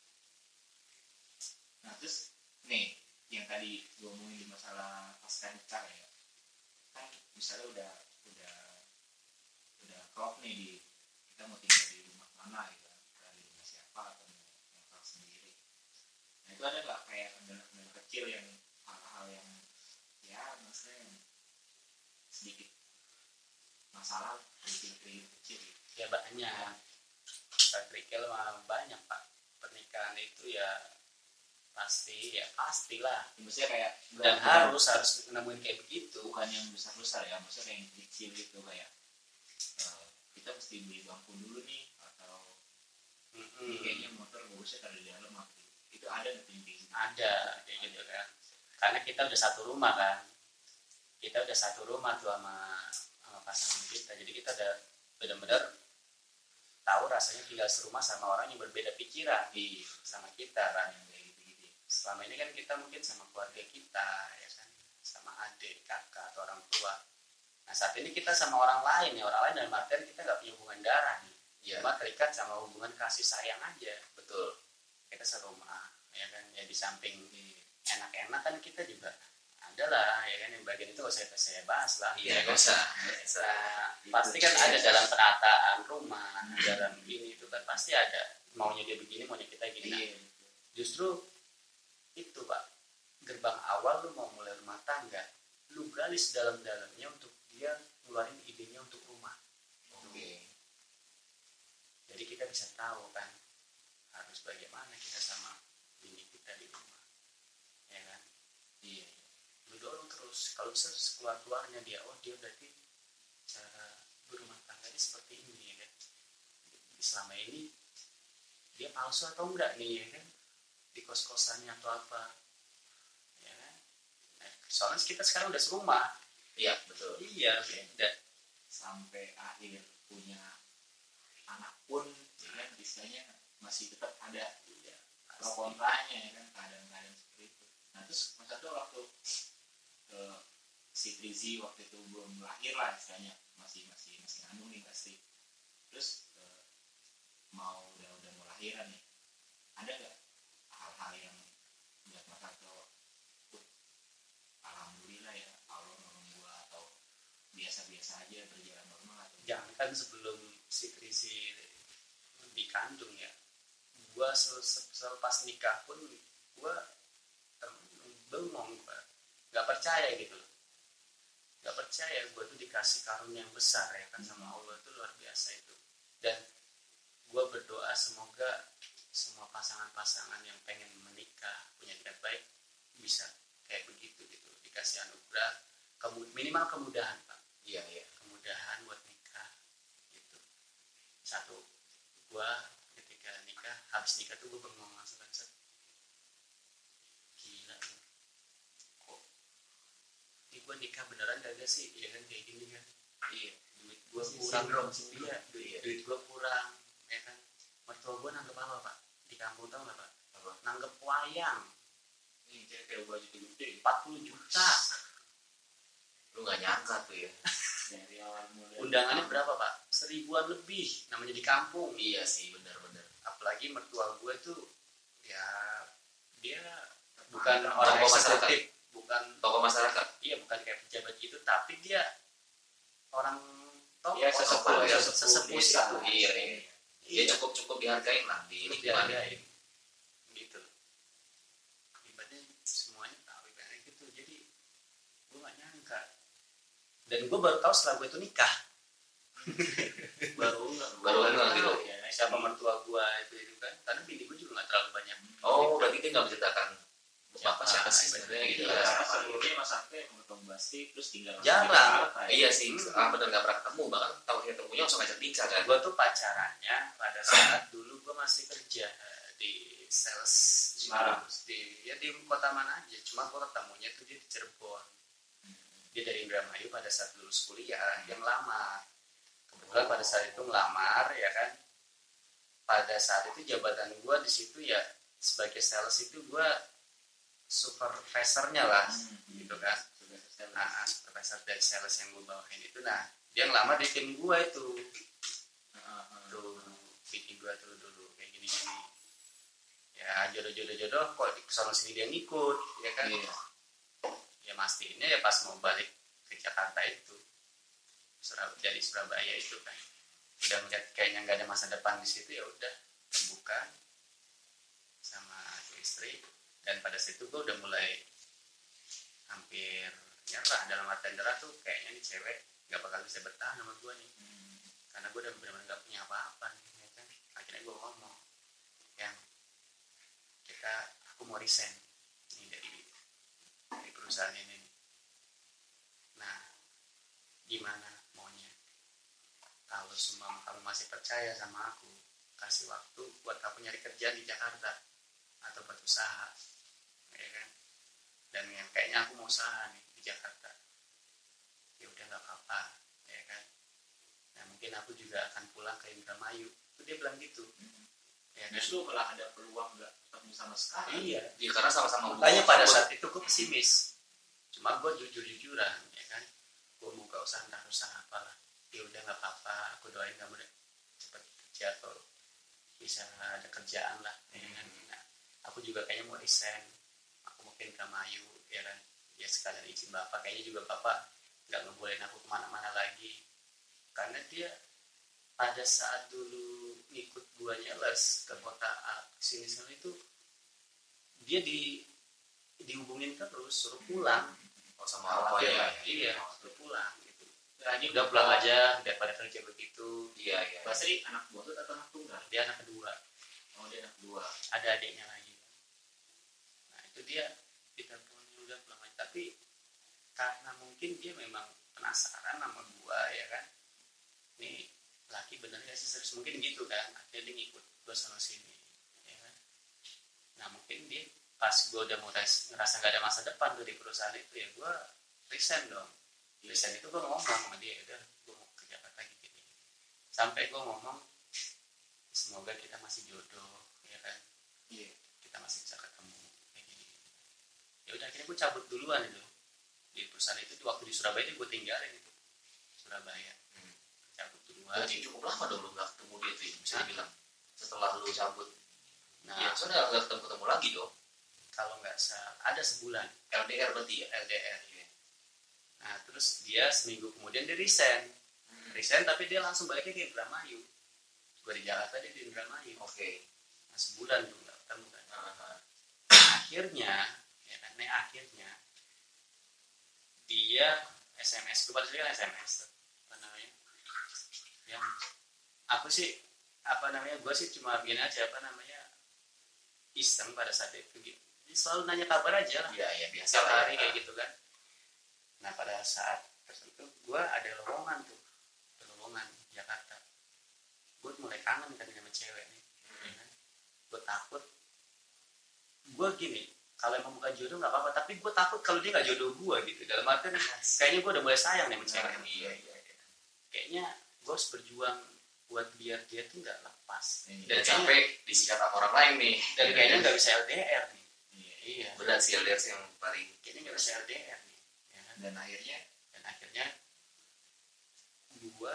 Nah terus nih yang tadi gue ngomongin di masalah pasca nikah ya, kan misalnya udah udah udah klop nih di kita mau tinggal di rumah mana gitu, tinggal di rumah siapa atau mau ngontrak sendiri. Nah itu ada nggak kayak kendala-kendala kecil yang hal-hal yang ya maksudnya yang sedikit masalah kerikil-kerikil kecil gitu.
Ya banyak, kerikil mah banyak pak. Pernikahan itu ya pasti ya pastilah.
Ya, maksudnya kayak
dan harus ya, harus nemuin kayak begitu.
Bukan yang besar-besar ya, maksudnya kayak yang kecil gitu kayak uh, kita mesti beli bangku dulu nih atau mm-hmm. ini kayaknya motor gak usah ada di dalam aku. Itu ada nggak tinggi?
Ada kayak gitu kan. Karena kita udah satu rumah kan. Kita udah satu rumah tuh sama sama pasangan kita. Jadi kita udah benar-benar tahu rasanya tinggal serumah sama orang yang berbeda pikiran di sama kita kan, yang kayak gitu-gitu. Selama ini kan kita mungkin sama keluarga kita ya kan, sama adik, kakak atau orang tua. Nah saat ini kita sama orang lain ya, orang lain dalam artian kita nggak punya hubungan darah nih, ya. Cuma terikat sama hubungan kasih sayang aja. Betul. Kita serumah ya kan, ya di samping enak-enak kan kita juga adalah ya kan, yang bagian itu gak usah saya bahas lah.
Iya gak usah.
Nah, pasti kan ada dalam penataan rumah, dalam ini itu kan pasti ada maunya dia begini, maunya kita gini. Nah, justru itu pak, gerbang awal lu mau mulai rumah tangga, lu gali sedalam-dalamnya untuk dia ngeluarin idenya untuk rumah. Oke. Okay. Jadi kita bisa tahu kan harus bagaimana kita sama bini kita di rumah, ya kan? Iya. Lu dorong terus. Kalau bisa keluar-keluarnya dia, oh dia berarti cara berumah tangganya seperti ini ya kan? Selama ini dia palsu atau enggak nih ya kan? Di kos-kosannya atau apa ya kan? Nah, soalnya kita sekarang udah serumah.
Iya betul.
Iya beda.
Sampai akhir punya anak pun ya kan, istilahnya masih tetap ada ya, pro kontranya ya kan, kadang-kadang seperti itu. Nah terus masa itu waktu ke si Trizi waktu itu belum lahir lah istilahnya, masih masih masih ngandung nih pasti. Terus uh, mau udah udah mau lahiran nih, ada nggak hal-hal yang nggak mata tuh uh, alhamdulillah ya Allah nolong gua, atau biasa-biasa aja berjalan normal atau
jangan kan sebelum si Trizi dikandung ya, gua selepas nikah pun gua bengong, gua nggak percaya gitu loh, nggak percaya. Gua tuh dikasih karunia yang besar ya kan sama Allah, itu luar biasa itu. Dan gua berdoa semoga semua pasangan-pasangan yang pengen menikah punya niat baik bisa kayak begitu gitu, dikasih anugerah kemud- minimal kemudahan pak. Iya iya, kemudahan buat nikah gitu. Satu, gua ketika nikah, habis nikah tuh gua bengong langsung kan, gila kok ini gua nikah beneran kagak sih ya kan, kayak gini kan. Iya, duit gua kurang, iya duit, duit gua kurang ya kan. Mertua gua nanggep apa pak di kampung, tau nggak pak? Apa? Nanggep wayang. Ini kayak gua jadi gede empat puluh juta.
Lu nggak nyangka tuh ya.
undangannya berapa pak? Seribuan lebih, namanya di kampung.
Iya sih, benar-benar.
Apalagi mertua gue tuh ya dia bukan
Tokoh
orang
masyarakat.
eksekutif, bukan
Tokoh masyarakat.
iya bukan kayak pejabat gitu, tapi dia orang tokoh,
Iya, sesepuh,
ya,
sesepuh
sesepuh
desa.
itu.
Iya, iya. Dia cukup cukup dihargain lah di
Terus
lingkungan.
dihargain gitu. Ibaratnya semuanya tahu ibaratnya gitu. Jadi gue gak nyangka. Dan gue baru tahu setelah gue itu nikah. baru
Baru
baru
kenal
tahu
gitu.
ya, siapa mertua gue itu, itu kan. Karena bini gue juga gak terlalu banyak.
Oh, berarti dia nggak menceritakan bapak
Siapa,
siapa sih
ibaratnya
sebenarnya gitu.
iya.
ya.
Karena sebelumnya Mas Ante memotong Basti terus tinggal langsung
Jarang.
di Jakarta, ya.
Iya sih, ah, benar nggak pernah ketemu, bahkan tahu ketemunya langsung ngajak nikah kan.
Gue tuh pacarannya pada saat dulu gue masih kerja di sales
Semarang.
di ya di kota mana aja. Cuma gue ketemunya tuh dia di Cirebon. Dia dari Indramayu pada saat lulus kuliah, dia ngelamar. Kebetulan pada saat itu ngelamar ya kan. Pada saat itu jabatan gue di situ ya sebagai sales itu gue supervisornya lah,
Hmm.
gitu kan.
Sudah selesai.
Nah, supervisor dari sales yang gue bawain itu, nah dia ngelamar di tim gue itu.
Heeh, heeh.
Tuh bikin gue tuh dulu kayak gini-gini. Ya jodoh-jodoh-jodoh kok di sono sini dia ngikut, ya kan?
Iya.
Ya mastinnya ya pas mau balik ke Jakarta itu, Surab- dari Surabaya itu kan, udah ngeliat kayaknya nggak ada masa depan di situ, ya udah terbuka sama tuh istri. Dan pada situ gue udah mulai hampir nyerah, dalam artian nyerah tuh kayaknya nih cewek nggak bakal bisa bertahan sama gue nih, karena gue udah benar-benar nggak punya apa-apa nih, ya kan? Akhirnya gue ngomong, yang kita aku mau resign nih dari dari perusahaan ini. Nah, gimana maunya? Kalau semua kamu masih percaya sama aku, kasih waktu buat aku nyari kerjaan di Jakarta atau buat usaha, ya kan? Dan yang kayaknya aku mau usaha nih di Jakarta. Ya udah nggak apa-apa, ya kan? Nah mungkin aku juga akan pulang ke Indramayu. Itu dia bilang gitu. Ya kan?
Justru malah ada peluang nggak ketemu sama sekali.
Iya.
Ya, karena sama-sama
Makanya pada
cabut.
saat itu gue pesimis. Cuma gue jujur-jujuran, ya kan? Gue mau gak usah entah usaha apalah. Ya udah nggak apa-apa. Aku doain kamu deh cepat kerja atau bisa ada kerjaan lah, ya kan? Nah, aku juga kayaknya mau resign. Aku mungkin ke Mayu, ya kan? Ya sekalian izin bapak. Kayaknya juga bapak nggak ngebolehin aku kemana-mana lagi. Karena dia pada saat dulu ngikut gua nyales ke kota A sini sana itu dia di dihubungin terus suruh pulang.
Oh, sama apa ya?
Iya, suruh pulang gitu. Nah, ini udah pulang aja daripada kerja begitu.
Iya, iya.
Basri anak butut atau anak tunggal?
Dia anak kedua,
Oh dia anak dua.
ada adiknya lagi. Nah itu dia diteleponin udah pulang aja. Tapi karena mungkin dia memang penasaran sama gua, ya kan, nih laki bener gak sih serius, mungkin gitu kan, akhirnya dia ngikut gua sana sini, ya kan. Nah mungkin dia pas gua udah mulai ngerasa gak ada masa depan tuh di perusahaan itu, ya gua resign dong. Resign itu gua ngomong sama dia, udah gua mau ke Jakarta gini, sampai gua ngomong semoga kita masih jodoh, ya kan.
Iya.
Kita masih bisa ketemu kayak gini. Ya udah akhirnya gue cabut duluan itu di perusahaan itu. Di waktu di Surabaya itu gue tinggalin itu Surabaya.
Hmm.
Cabut duluan.
Berarti cukup lama dong lu nggak ketemu dia tuh, bisa
Hah?
dibilang. Setelah lu cabut,
Nah
ya soalnya nggak ketemu ketemu lagi dong.
kalau nggak sa- ada sebulan
L D R berarti ya.
L D R. Nah terus dia seminggu kemudian dia resign. Resign tapi dia langsung baliknya ke Indramayu. Gue di Jakarta, dia di Indramayu.
Oke.
Nah sebulan tuh nggak ketemu kan.
Nah, nah.
Akhirnya ya kan, nih akhirnya dia S M S, gue pada kan S M S tuh, apa namanya, yang aku sih apa namanya, gue sih cuma gini aja, apa namanya, iseng pada saat itu gitu. Jadi selalu nanya kabar aja lah,
Iya, iya biasa
setiap
lah
hari
ya.
kayak gitu kan. Nah pada saat tertentu gue ada lowongan tuh, lowongan Jakarta. Gue mulai kangen kan sama cewek nih, ya kan? Gue takut, gue gini, kalau emang bukan jodoh nggak apa-apa, tapi gue takut kalau dia nggak jodoh gue gitu. Dalam artian kayaknya gue udah mulai sayang nih sama cewek
Nah,
ini.
iya, iya, iya.
Kayaknya gue harus berjuang buat biar dia tuh nggak lepas.
Iya.
Dan sampai disikat sama orang lain nih.
Dan kayaknya nggak bisa L D R nih.
Iya.
Iya.
Berat sih L D R sih yang paling.
Kayaknya nggak bisa L D R nih. Ya kan?
Dan akhirnya
Dan akhirnya gue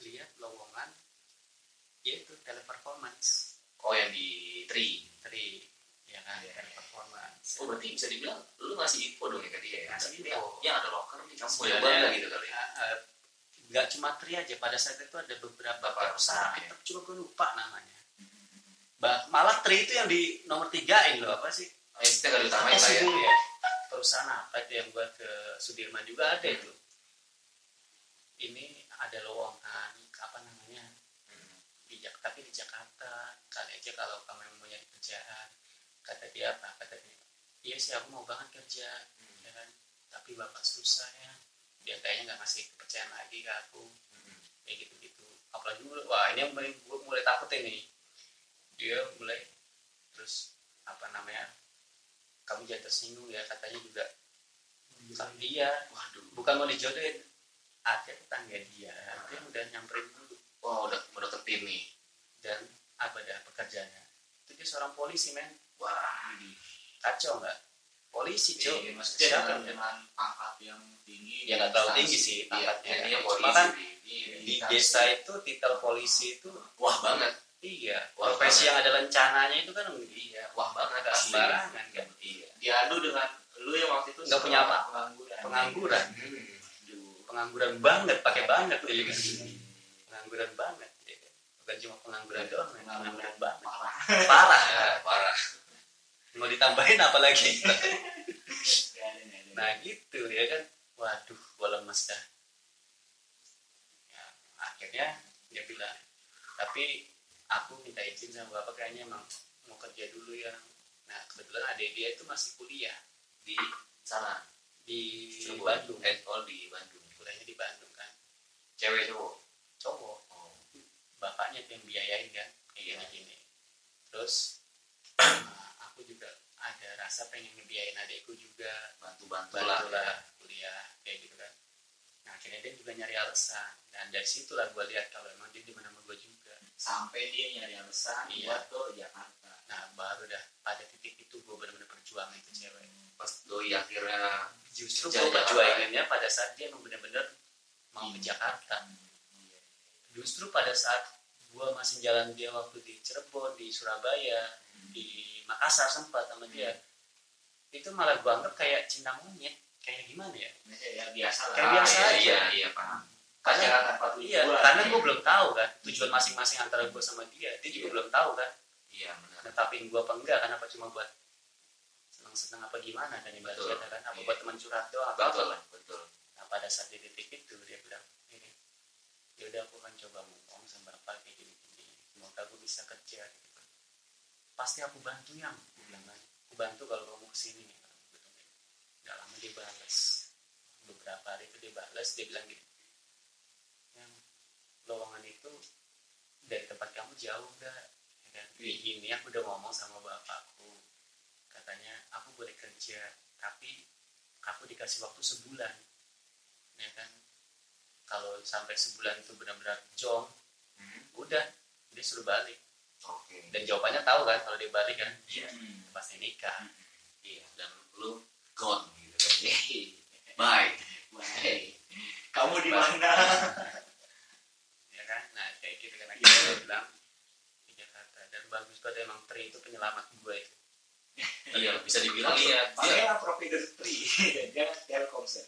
lihat lowongan yaitu teleperformance.
Oh yang di Tri.
Tri ya kan,
Iya.
teleperformance.
Oh berarti bisa dibilang lu ngasih info dong ya ke dia ya.
Ngasih
Dia,
info.
yang ada locker nih kamu boleh
Sebenarnya,
bangga gitu kali.
uh, uh, nggak cuma Tri aja, pada saat itu ada beberapa
Beberapa
perusahaan,
perusahaan, ya.
tapi cuma gue lupa namanya. Bah, malah Tri itu yang di nomor tigain loh, apa sih?
Oh, yang kita kali utamain
Apa
lah
sih
ya.
dulu ya? Perusahaan apa itu yang buat ke Sudirman juga ada itu. Ini ada lowongan apa namanya
Hmm.
di Jak- tapi di Jakarta. Kali aja kalau kamu mau nyari kerjaan, kata dia apa? Kata dia, iya sih aku mau banget kerja, ya kan? Tapi bapak susah ya. Dia kayaknya nggak ngasih kepercayaan lagi ke aku,
Hmm.
kayak gitu-gitu. Apalagi gue- wah ini yang mulai gue mulai takut ini. Dia mulai terus apa namanya? Kamu jangan tersinggung ya, katanya juga. Iya,
Waduh.
bukan mau dijodohin, ada tetangga dia, dia udah nyamperin dulu
Wah udah udah ketim nih.
dan apa dah pekerjaannya. Itu dia seorang polisi men,
Wah.
kacau nggak? Polisi
Iya,
cuy,
maksudnya
siapa
dengan,
yang
dengan pangkat yang tinggi.
ya nggak terlalu
instansi.
tinggi sih
Iya,
pangkatnya.
dia
Cuma
polisi.
kan
di-
Iya,
di
instansi.
desa itu titel polisi itu
Wah banget.
iya
Wah,
profesi
banget.
yang ada rencananya itu kan
Iya. Wah banget.
nggak
asli.
sembarangan kan,
Iya.
Diadu dengan lu yang waktu itu
Nggak punya apa?
pengangguran.
pengangguran,
Hmm.
Aduh.
pengangguran banget, pakai banget tuh ya kan, pengangguran banget, ya kan? Bukan cuma pengangguran doang, men. pengangguran banget,
Parah.
parah.
Ya, parah.
Mau ditambahin apa lagi?
Ya, ini, ini.
Nah gitu ya kan, waduh gue lemes dah. Ya, akhirnya dia bilang, tapi aku minta izin sama bapak kayaknya emang mau kerja dulu ya. Nah kebetulan adik dia itu masih kuliah
Di sana.
di
Cirebon.
Bandung,
Eh, oh di Bandung.
kuliahnya di Bandung kan,
Cewek cowok.
cowok.
Oh.
Bapaknya tuh yang biayain kan, kayak
Iya.
gini. Terus nah, aku juga ada rasa pengen ngebiayain adikku juga,
Bantu-bantu
bantu
lah.
lah kuliah kayak gitu kan. Nah akhirnya dia juga nyari alasan, dan dari situlah gue lihat kalau emang dia demen sama gue juga.
Sampai dia nyari alasan
Iya.
buat ke Jakarta.
Nah baru dah pada titik itu gue benar-benar perjuangin itu cewek.
Pas doi akhirnya
Justru
Kerja
gue
di Jakarta.
perjuanginnya pada saat dia emang benar-benar mau ke
Iya.
Jakarta.
Iya.
Justru pada saat gue masih jalan dia waktu di Cirebon, di Surabaya, di Makassar sempat sama dia, itu malah gue anggap kayak cinta monyet, kayak gimana ya?
Ya biasa lah.
Kayak biasa
iya,
aja.
iya, iya, paham.
Karena
Pacaran tanpa tujuan.
iya, karena gue belum tahu kan tujuan masing-masing antara gue sama dia, dia juga
Iya.
belum tahu kan,
Iya, benar.
netapin gue apa enggak, kenapa cuma buat senang-senang apa gimana kan ibaratnya
Betul.
kan, apa
Iya.
buat teman curhat doang atau apa
Betul,
kan.
betul.
Nah pada saat di titik itu dia bilang ini, ya udah aku akan coba ngomong sama bapak kayak gini-gini, semoga aku bisa kerja gitu kan. Pasti aku bantu yang, aku bilang kan, aku bantu kalau kamu kesini nih. Gak lama dia balas, beberapa hari itu dia balas, dia bilang gini, yang lowongan itu dari tempat kamu jauh gak? Ya kan? Ini aku udah ngomong sama bapakku, katanya aku boleh kerja, tapi aku dikasih waktu sebulan, ya kan? Kalau sampai sebulan itu benar-benar jong,
Hmm.
udah dia suruh balik.
Oke.
Dan jawabannya tahu kan kalau dia balik kan,
Iya.
Hmm.
pasti nikah.
Iya, dan lu gone gitu kan.
Hehehe.
Bye.
Hey, kamu di mana?
Ya kan, nah kayak gitu kan akhirnya dia bilang di Jakarta, dan bagus banget emang Tri itu penyelamat gue itu.
Iya, bisa dibilang iya. Dia
Panggillah provider free. Jangan Telkomsel.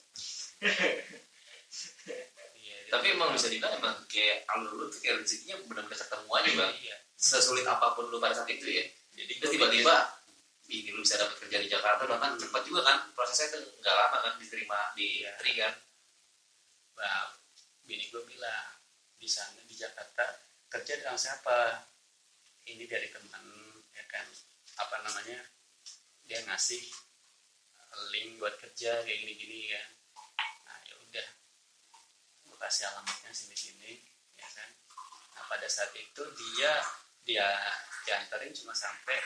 Iya, dia
tapi
tuh-
emang bisa dibilang emang kayak alur lu tuh kayak rezekinya benar-benar ketemu aja bang.
Iya.
Sesulit apapun lu pada saat itu ya.
Jadi
Terus
gue
tiba-tiba ini lu bisa dapat kerja di Jakarta bahkan cepat juga kan prosesnya itu nggak lama kan diterima di
Iya.
Tri kan.
Nah, bini gue bilang di sana di Jakarta kerja dengan siapa? Ini dari teman, ya kan? Apa namanya? Dia ngasih link buat kerja kayak gini-gini kan. Nah ya udah, gue kasih alamatnya sini-sini, ya kan? Nah pada saat itu dia dia dianterin cuma sampai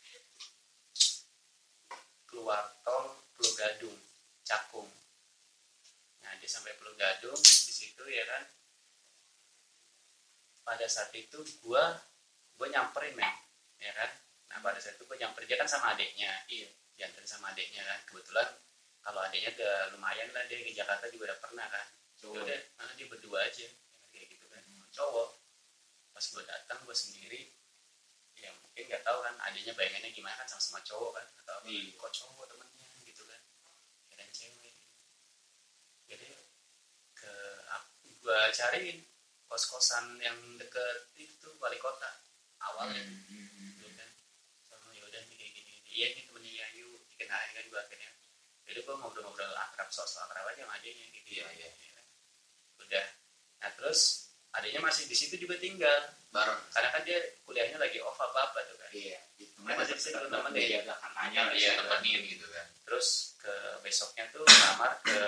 keluar tol Pulau Gadung, Cakung. Nah dia sampai Pulau Gadung di situ ya kan. Pada saat itu gue gue nyamperin men, ya kan. Nah pada saat itu gue nyamperin dia kan sama adiknya,
Iya.
dianterin sama adiknya kan. Kebetulan kalau adiknya udah lumayan lah, dia ke Jakarta juga udah pernah kan. Ya
Coba.
udah, nah, dia berdua aja kayak gitu kan. cowok. Pas gue datang gue sendiri, ya mungkin nggak tahu kan adanya bayangannya gimana kan sama-sama cowok kan atau apa,
Iya.
kok cowok temennya gitu kan, kirain cewek. Jadi ke gue cariin kos-kosan yang deket itu wali kota awalnya.
Hmm.
Gitu kan, sama yaudah nih kayak gini, iya nih temennya Yayu, dikenalin kan gue akhirnya. Jadi gue ngobrol-ngobrol akrab, sok-sok akrab aja sama adanya gitu.
Iya, iya.
Ya. Udah, nah terus adanya masih di situ juga tinggal,
Bareng.
karena kan dia kuliahnya lagi off apa apa tuh kan.
Iya,
Dia masih di situ temen dia.
jaga katanya.
Iya, temenin gitu kan.
Terus ke besoknya tuh kamar ke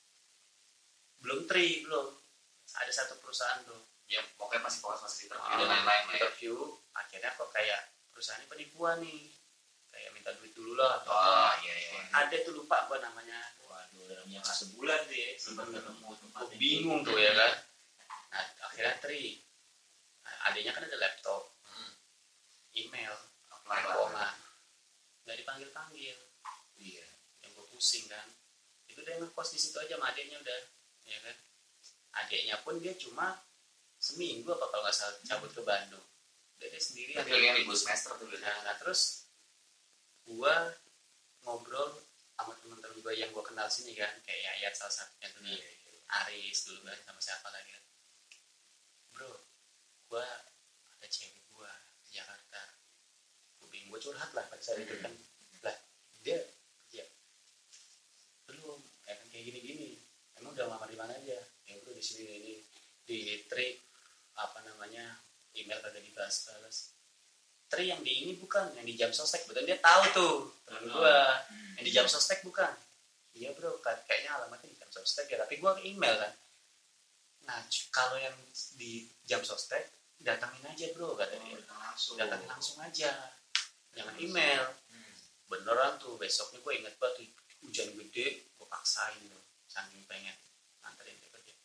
belum tri belum ada satu perusahaan tuh
Ya pokoknya masih fokus masih interview
Ah,
dan lain-lain lah ya.
interview. Akhirnya kok kayak perusahaannya penipuan nih, kayak minta duit dulu lah atau
Oh
apa.
iya iya.
Ada tuh lupa gua namanya.
Waduh, dalam jangka sebulan tuh ya, sempat
Hmm.
ketemu tempat
Gua bingung tuh ya kan. Nah akhirnya tri, nah, adanya kan ada laptop,
Hmm.
email,
Apply lah.
bohongan, nggak dipanggil panggil.
Iya.
Yang gue pusing kan, itu dia ngekos di situ aja sama adiknya udah, ya kan. Adiknya pun dia cuma seminggu apa kalau nggak salah cabut ke Bandung, udah dia sendiri.
Tapi kalian libur semester tuh
Nah,
biasanya.
nah terus gue ngobrol sama teman-teman gue yang gue kenal sini kan, kayak Yayat salah satunya tuh,
Iya,
Aris dulu kan, sama siapa lagi kan. Bro, gue ada cewek gue di Jakarta, gue bingung, gue curhat lah pada saat itu kan. Lah dia kerja belum, ya kan kayak gini-gini, emang udah ngelamar di mana aja? Ya bro di sini ini di tri apa namanya, email kagak dibalas-balas. Tri yang di ini bukan, yang di jam sostek, betul dia tahu tuh temen gue,
Hmm.
yang di jam sostek bukan. Iya bro, kayaknya alamatnya di jam sostek ya, tapi gue email kan. Nah c- kalau yang di jam sostek datangin aja bro kata dia,
Datang langsung.
datangin langsung aja, jangan email.
Hmm.
Beneran tuh besoknya gue inget banget tuh, hujan gede gue paksain tuh saking pengen nganterin dia kerja.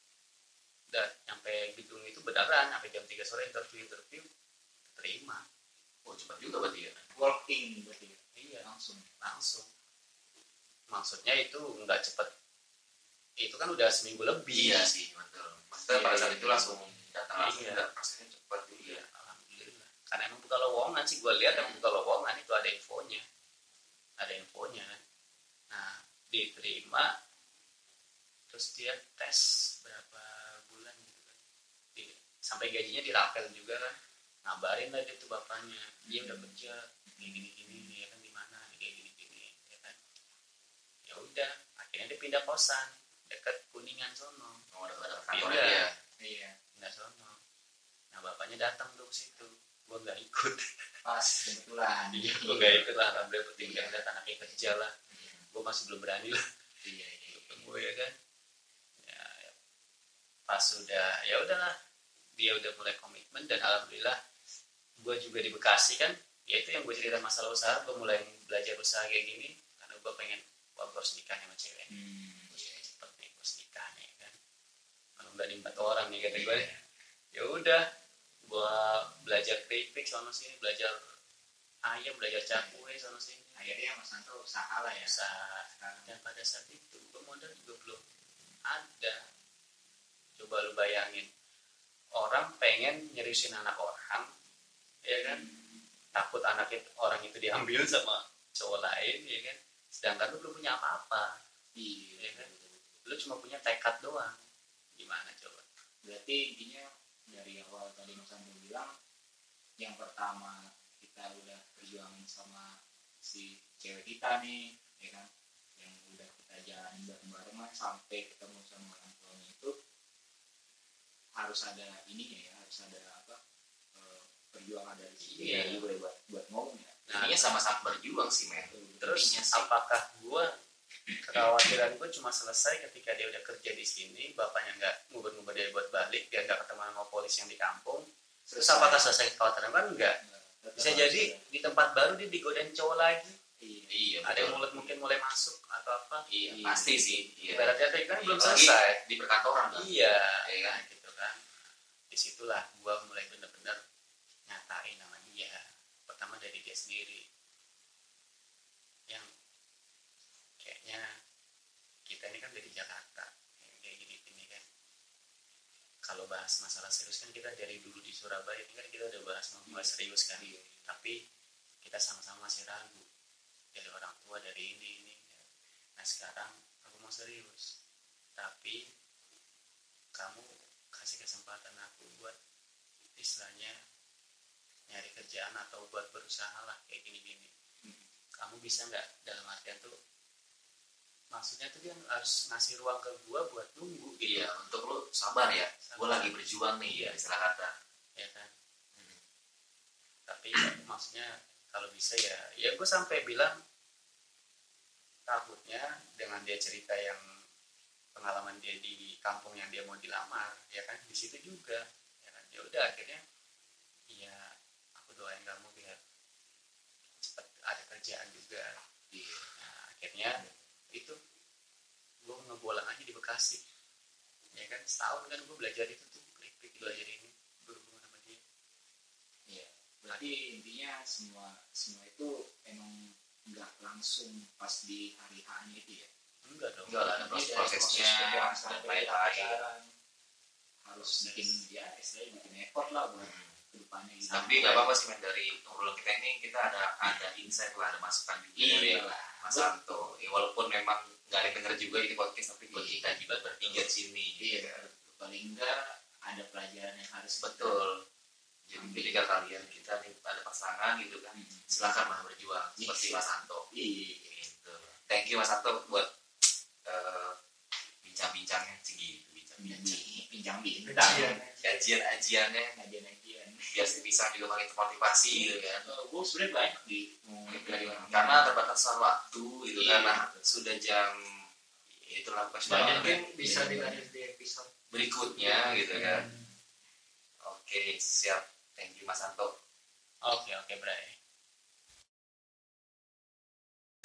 Dan sampai gedung itu beneran sampai jam tiga sore interview interview terima.
Oh cepat juga berarti ya.
Walking berarti ya.
Iya
Langsung.
langsung. Maksudnya itu nggak cepet, itu kan udah seminggu lebih.
Iya sih betul. Maksudnya pada saat itu langsung datang langsung
Iya.
nggak prosesnya cepat juga.
Iya, alhamdulillah. Karena emang buka lowongan sih, gue lihat emang buka lowongan itu ada infonya, ada infonya kan. Nah diterima, terus dia tes berapa bulan gitu kan. Di- sampai gajinya dirapel juga kan. Ngabarin lah dia tuh bapaknya, dia udah kerja kayak gini-gini, ya kan di mana kayak gini-gini, ya kan. Ya udah, akhirnya dia pindah kosan dekat Kuningan sono.
Oh udah ada
Pindah.
kantornya dia.
Iya.
Pindah sono. Nah bapaknya datang tuh ke situ, gue nggak ikut.
Pas kebetulan.
Iya, gue nggak ikut lah, alhamdulillah penting kan lihat anaknya kerja lah. Gue masih belum berani lah
Iya, iya.
ketemu ya kan. Ya, ya. Pas udah, ya udahlah, dia udah mulai komitmen dan alhamdulillah gue juga di Bekasi kan. Ya itu yang gue cerita masalah usaha, gue mulai belajar usaha kayak gini karena gue pengen, wah gue harus nikah sama cewek.
Hmm.
Iya cepet nih gue harus nikah nih kan. Kalau nggak di empat orang nih kata gue. Ya udah, gue belajar keripik sama sini, belajar ayam, belajar cakwe sama sini.
Akhirnya Mas Santo usaha lah ya.
Usaha. Dan pada saat itu gue modal juga belum ada. Coba lu bayangin, orang pengen nyeriusin anak orang, ya kan? Takut anak itu, orang itu diambil sama cowok lain, ya kan? Sedangkan lu belum punya apa-apa,
Iya.
ya kan? Lu cuma punya tekad doang. Gimana coba?
Berarti intinya dari awal tadi Mas Santo bilang, yang pertama kita udah perjuangin sama si cewek kita nih, ya kan, yang udah kita jalanin bareng-bareng lah sampai ketemu sama orang tuanya itu harus ada ininya ya, harus ada apa, eh, perjuangan dari si
Iya.
cewek juga buat buat ngomong ya.
Nah,
Intinya sama-sama berjuang sih men.
terus
Intinya sih.
apakah gue, kekhawatiran gue cuma selesai ketika dia udah kerja di sini, bapaknya nggak ngubur-ngubur dia buat balik, dia nggak ketemu sama polisi yang di kampung. Terus apakah selesai kekhawatiran kan? Enggak.
Tetap
Bisa
harus
jadi
ada.
di tempat baru dia digodain cowok lagi.
Iya.
Iya.
Ada yang
betul.
mulut mungkin mulai masuk atau apa.
Iya
Iya.
pasti sih. Iya.
Ibaratnya tadi kan belum
Apalagi
selesai.
di perkantoran kan.
Iya,
Iya kan?
nah, gitu kan. Disitulah gua mulai bener-bener nyatain sama dia. Pertama dari dia sendiri. Yang kayaknya kita ini kan dari Jakarta, yang kayak gini-gini kan. kalau bahas masalah serius kan kita dari dulu di Surabaya ini kan kita udah bahas masalah serius kan, tapi kita sama-sama masih ragu dari orang tua, dari ini ini. Nah sekarang aku mau serius, tapi kamu kasih kesempatan aku buat istilahnya nyari kerjaan atau buat berusaha lah kayak gini-gini. Kamu bisa nggak, dalam artian tuh maksudnya tuh dia harus ngasih ruang ke gua buat nunggu gitu.
Iya, untuk lu sabar ya, gue lagi berjuang nih ya, istilah kata
Ya kan. Hmm. Tapi maksudnya kalau bisa ya ya gue sampai bilang takutnya dengan dia cerita yang pengalaman dia di kampung yang dia mau dilamar, ya kan, di situ juga ya kan, ya udah akhirnya ya aku doain kamu biar cepat ada kerjaan juga.
iya.
Nah, akhirnya itu gue ngebolang aja di Bekasi, ya kan, setahun kan gue belajar itu tuh, klik-klik belajar ini berhubungan sama dia.
Iya, berarti intinya semua semua itu emang nggak langsung pas di hari H-nya itu ya.
Enggak dong.
Enggak lah, ada proses prosesnya dan lain-lain.
Harus bikin ya, istilahnya bikin effort lah buat kedepannya gitu.
Tapi nggak apa-apa sih men, dari obrolan kita ini kita ada ada insight lah, ada masukan juga dari
Iya lah.
Mas Santo. Ya, walaupun memang nggak ada yang denger juga ini podcast, tapi buat kita juga bertiga di sini.
Iya, paling enggak ada pelajaran yang harus
Betul. Jadi ketika kalian kita nih ada pasangan gitu kan, silakan lah berjuang seperti Mas Santo.
Iya.
Gitu. Thank you Mas Santo buat uh, bincang-bincangnya segitu, bincang-bincang.
Pinjam bintang.
Kajian.
Kajian-kajiannya
Kajian-kajian.
biar bisa juga makin termotivasi gitu kan.
Gue sebenarnya banyak di dari orang
Karena terbatasan waktu gitu
Iya.
kan. Nah, sudah jam itulah
Banyak
question
mungkin bisa dilanjut di episode
berikutnya gitu kan. Oke, siap. Thank you Mas Santo.
Oke oke Bray.